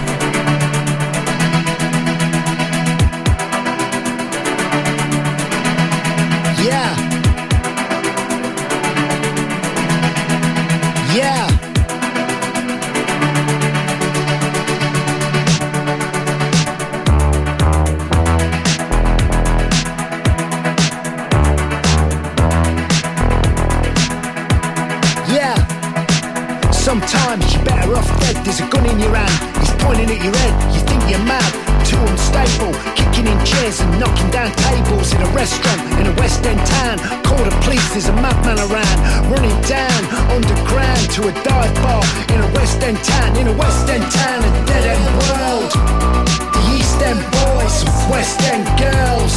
Sometimes you're better off dead. There's a gun in your hand, he's pointing at your head. You think you're mad, too unstable, kicking in chairs and knocking down tables in a restaurant in a West End town. Call the police, there's a madman around, running down underground to a dive bar in a West End town. In a West End town, a dead end world. The East End boys, West End girls.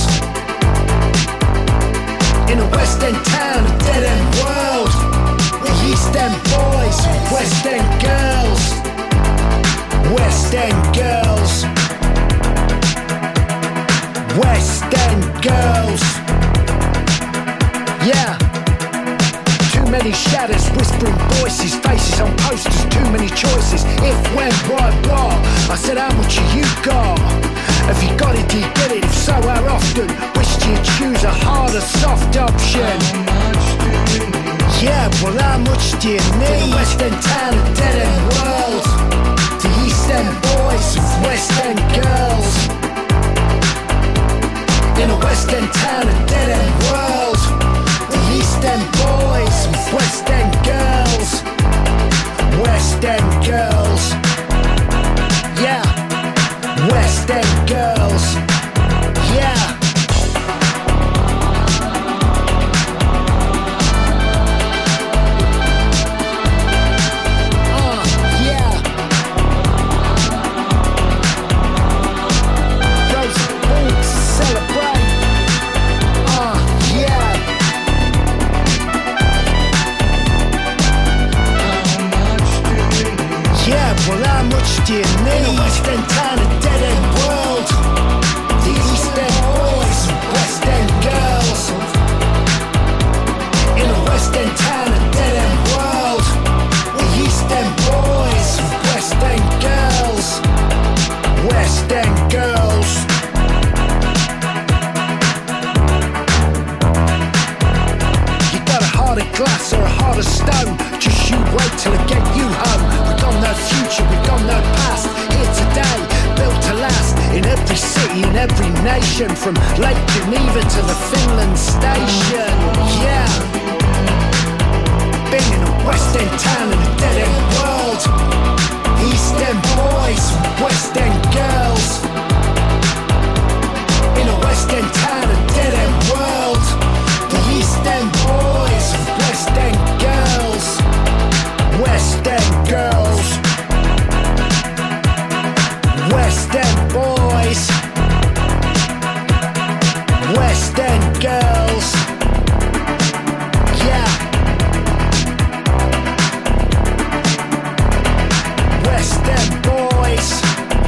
In a West End town, a dead end world. The East End boys, West End girls. girls. Yeah. Too many shadows, whispering voices, faces on posters, too many choices. If, when, why, what? I said, how much have you got? Have you got it, do you get it? If so, how often? Wished you'd choose a harder, soft option. Yeah, well, how much do you need? West End town, a dead end world. The East End boys, West End girls. In a West End town, a dead end world. The East End boys, West End girls. West End girls. Yeah. West End girls. Yeah. Well, how much do you need? In a West End town, a dead end world. The East End boys, West End girls. In a West End town, a dead end world. The East End boys, West End girls. West End girls. You got a heart of glass or a heart of stone. Just you wait till I get you home. We got no future, we got no past. Here today, built to last. In every city, in every nation. From Lake Geneva to the Finland station. Yeah. Been in a West End town in a dead end world. East End boys, West End girls. In a West End town, a dead end world. The East End boys, West End girls. West End girls. West End boys. West End girls. Yeah. West End boys.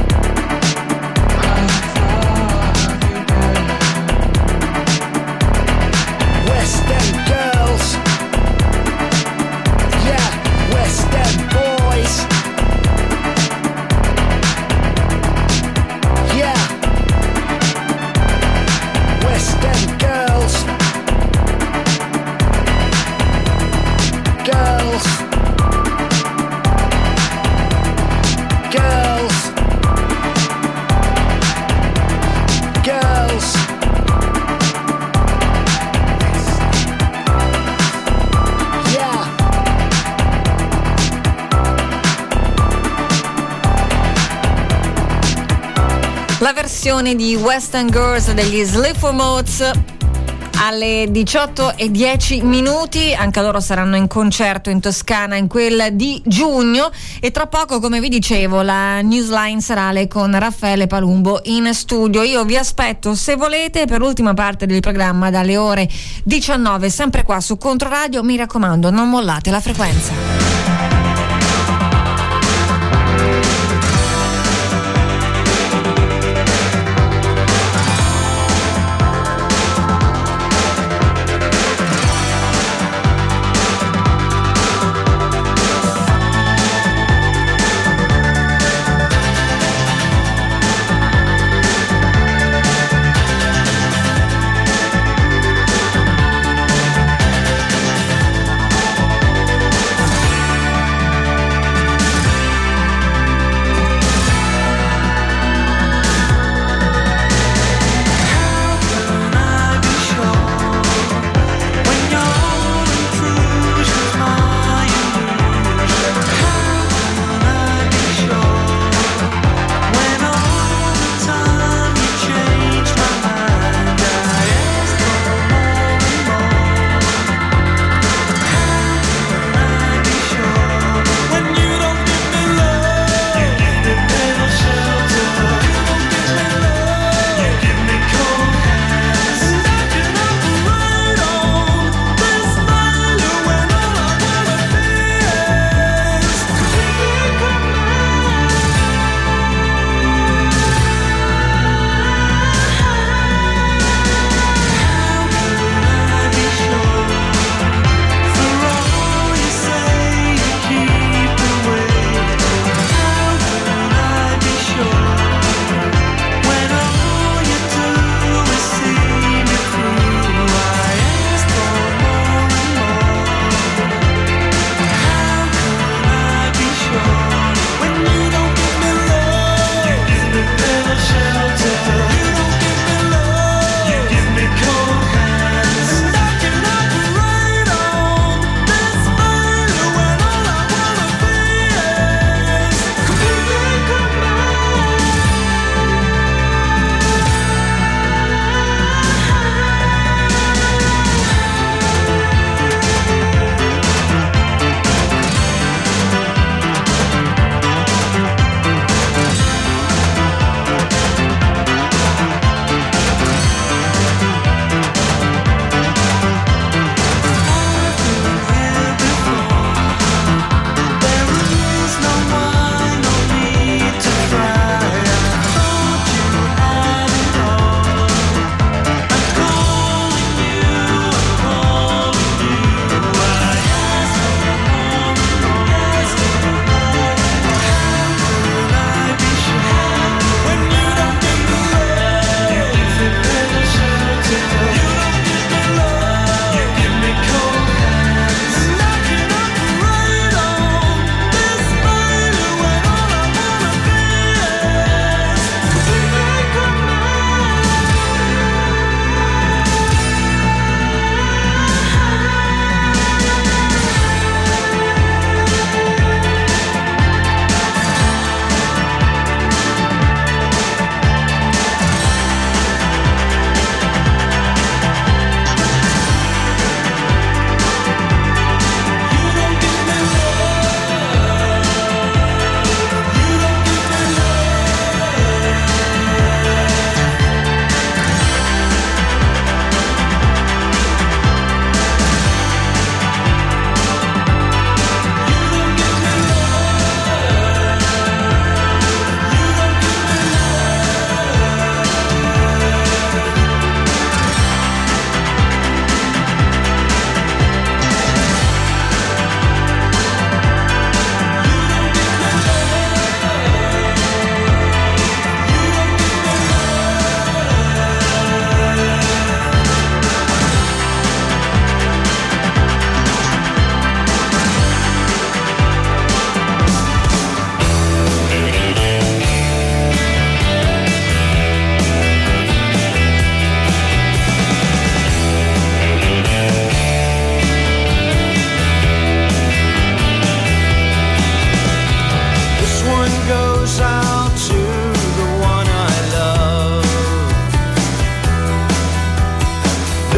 West End girls. Yeah. West End boys. Yeah. West End girls. Girls. Girls. Girls. Yeah. La versione di West End Girls degli Sleaford Mods alle 18:10. Anche loro saranno in concerto in Toscana in quel di giugno e tra poco, come vi dicevo, la Newsline serale con Raffaele Palumbo in studio. Io vi aspetto, se volete, per l'ultima parte del programma dalle ore 19, sempre qua su Controradio. Mi raccomando, non mollate la frequenza.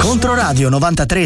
Controradio 93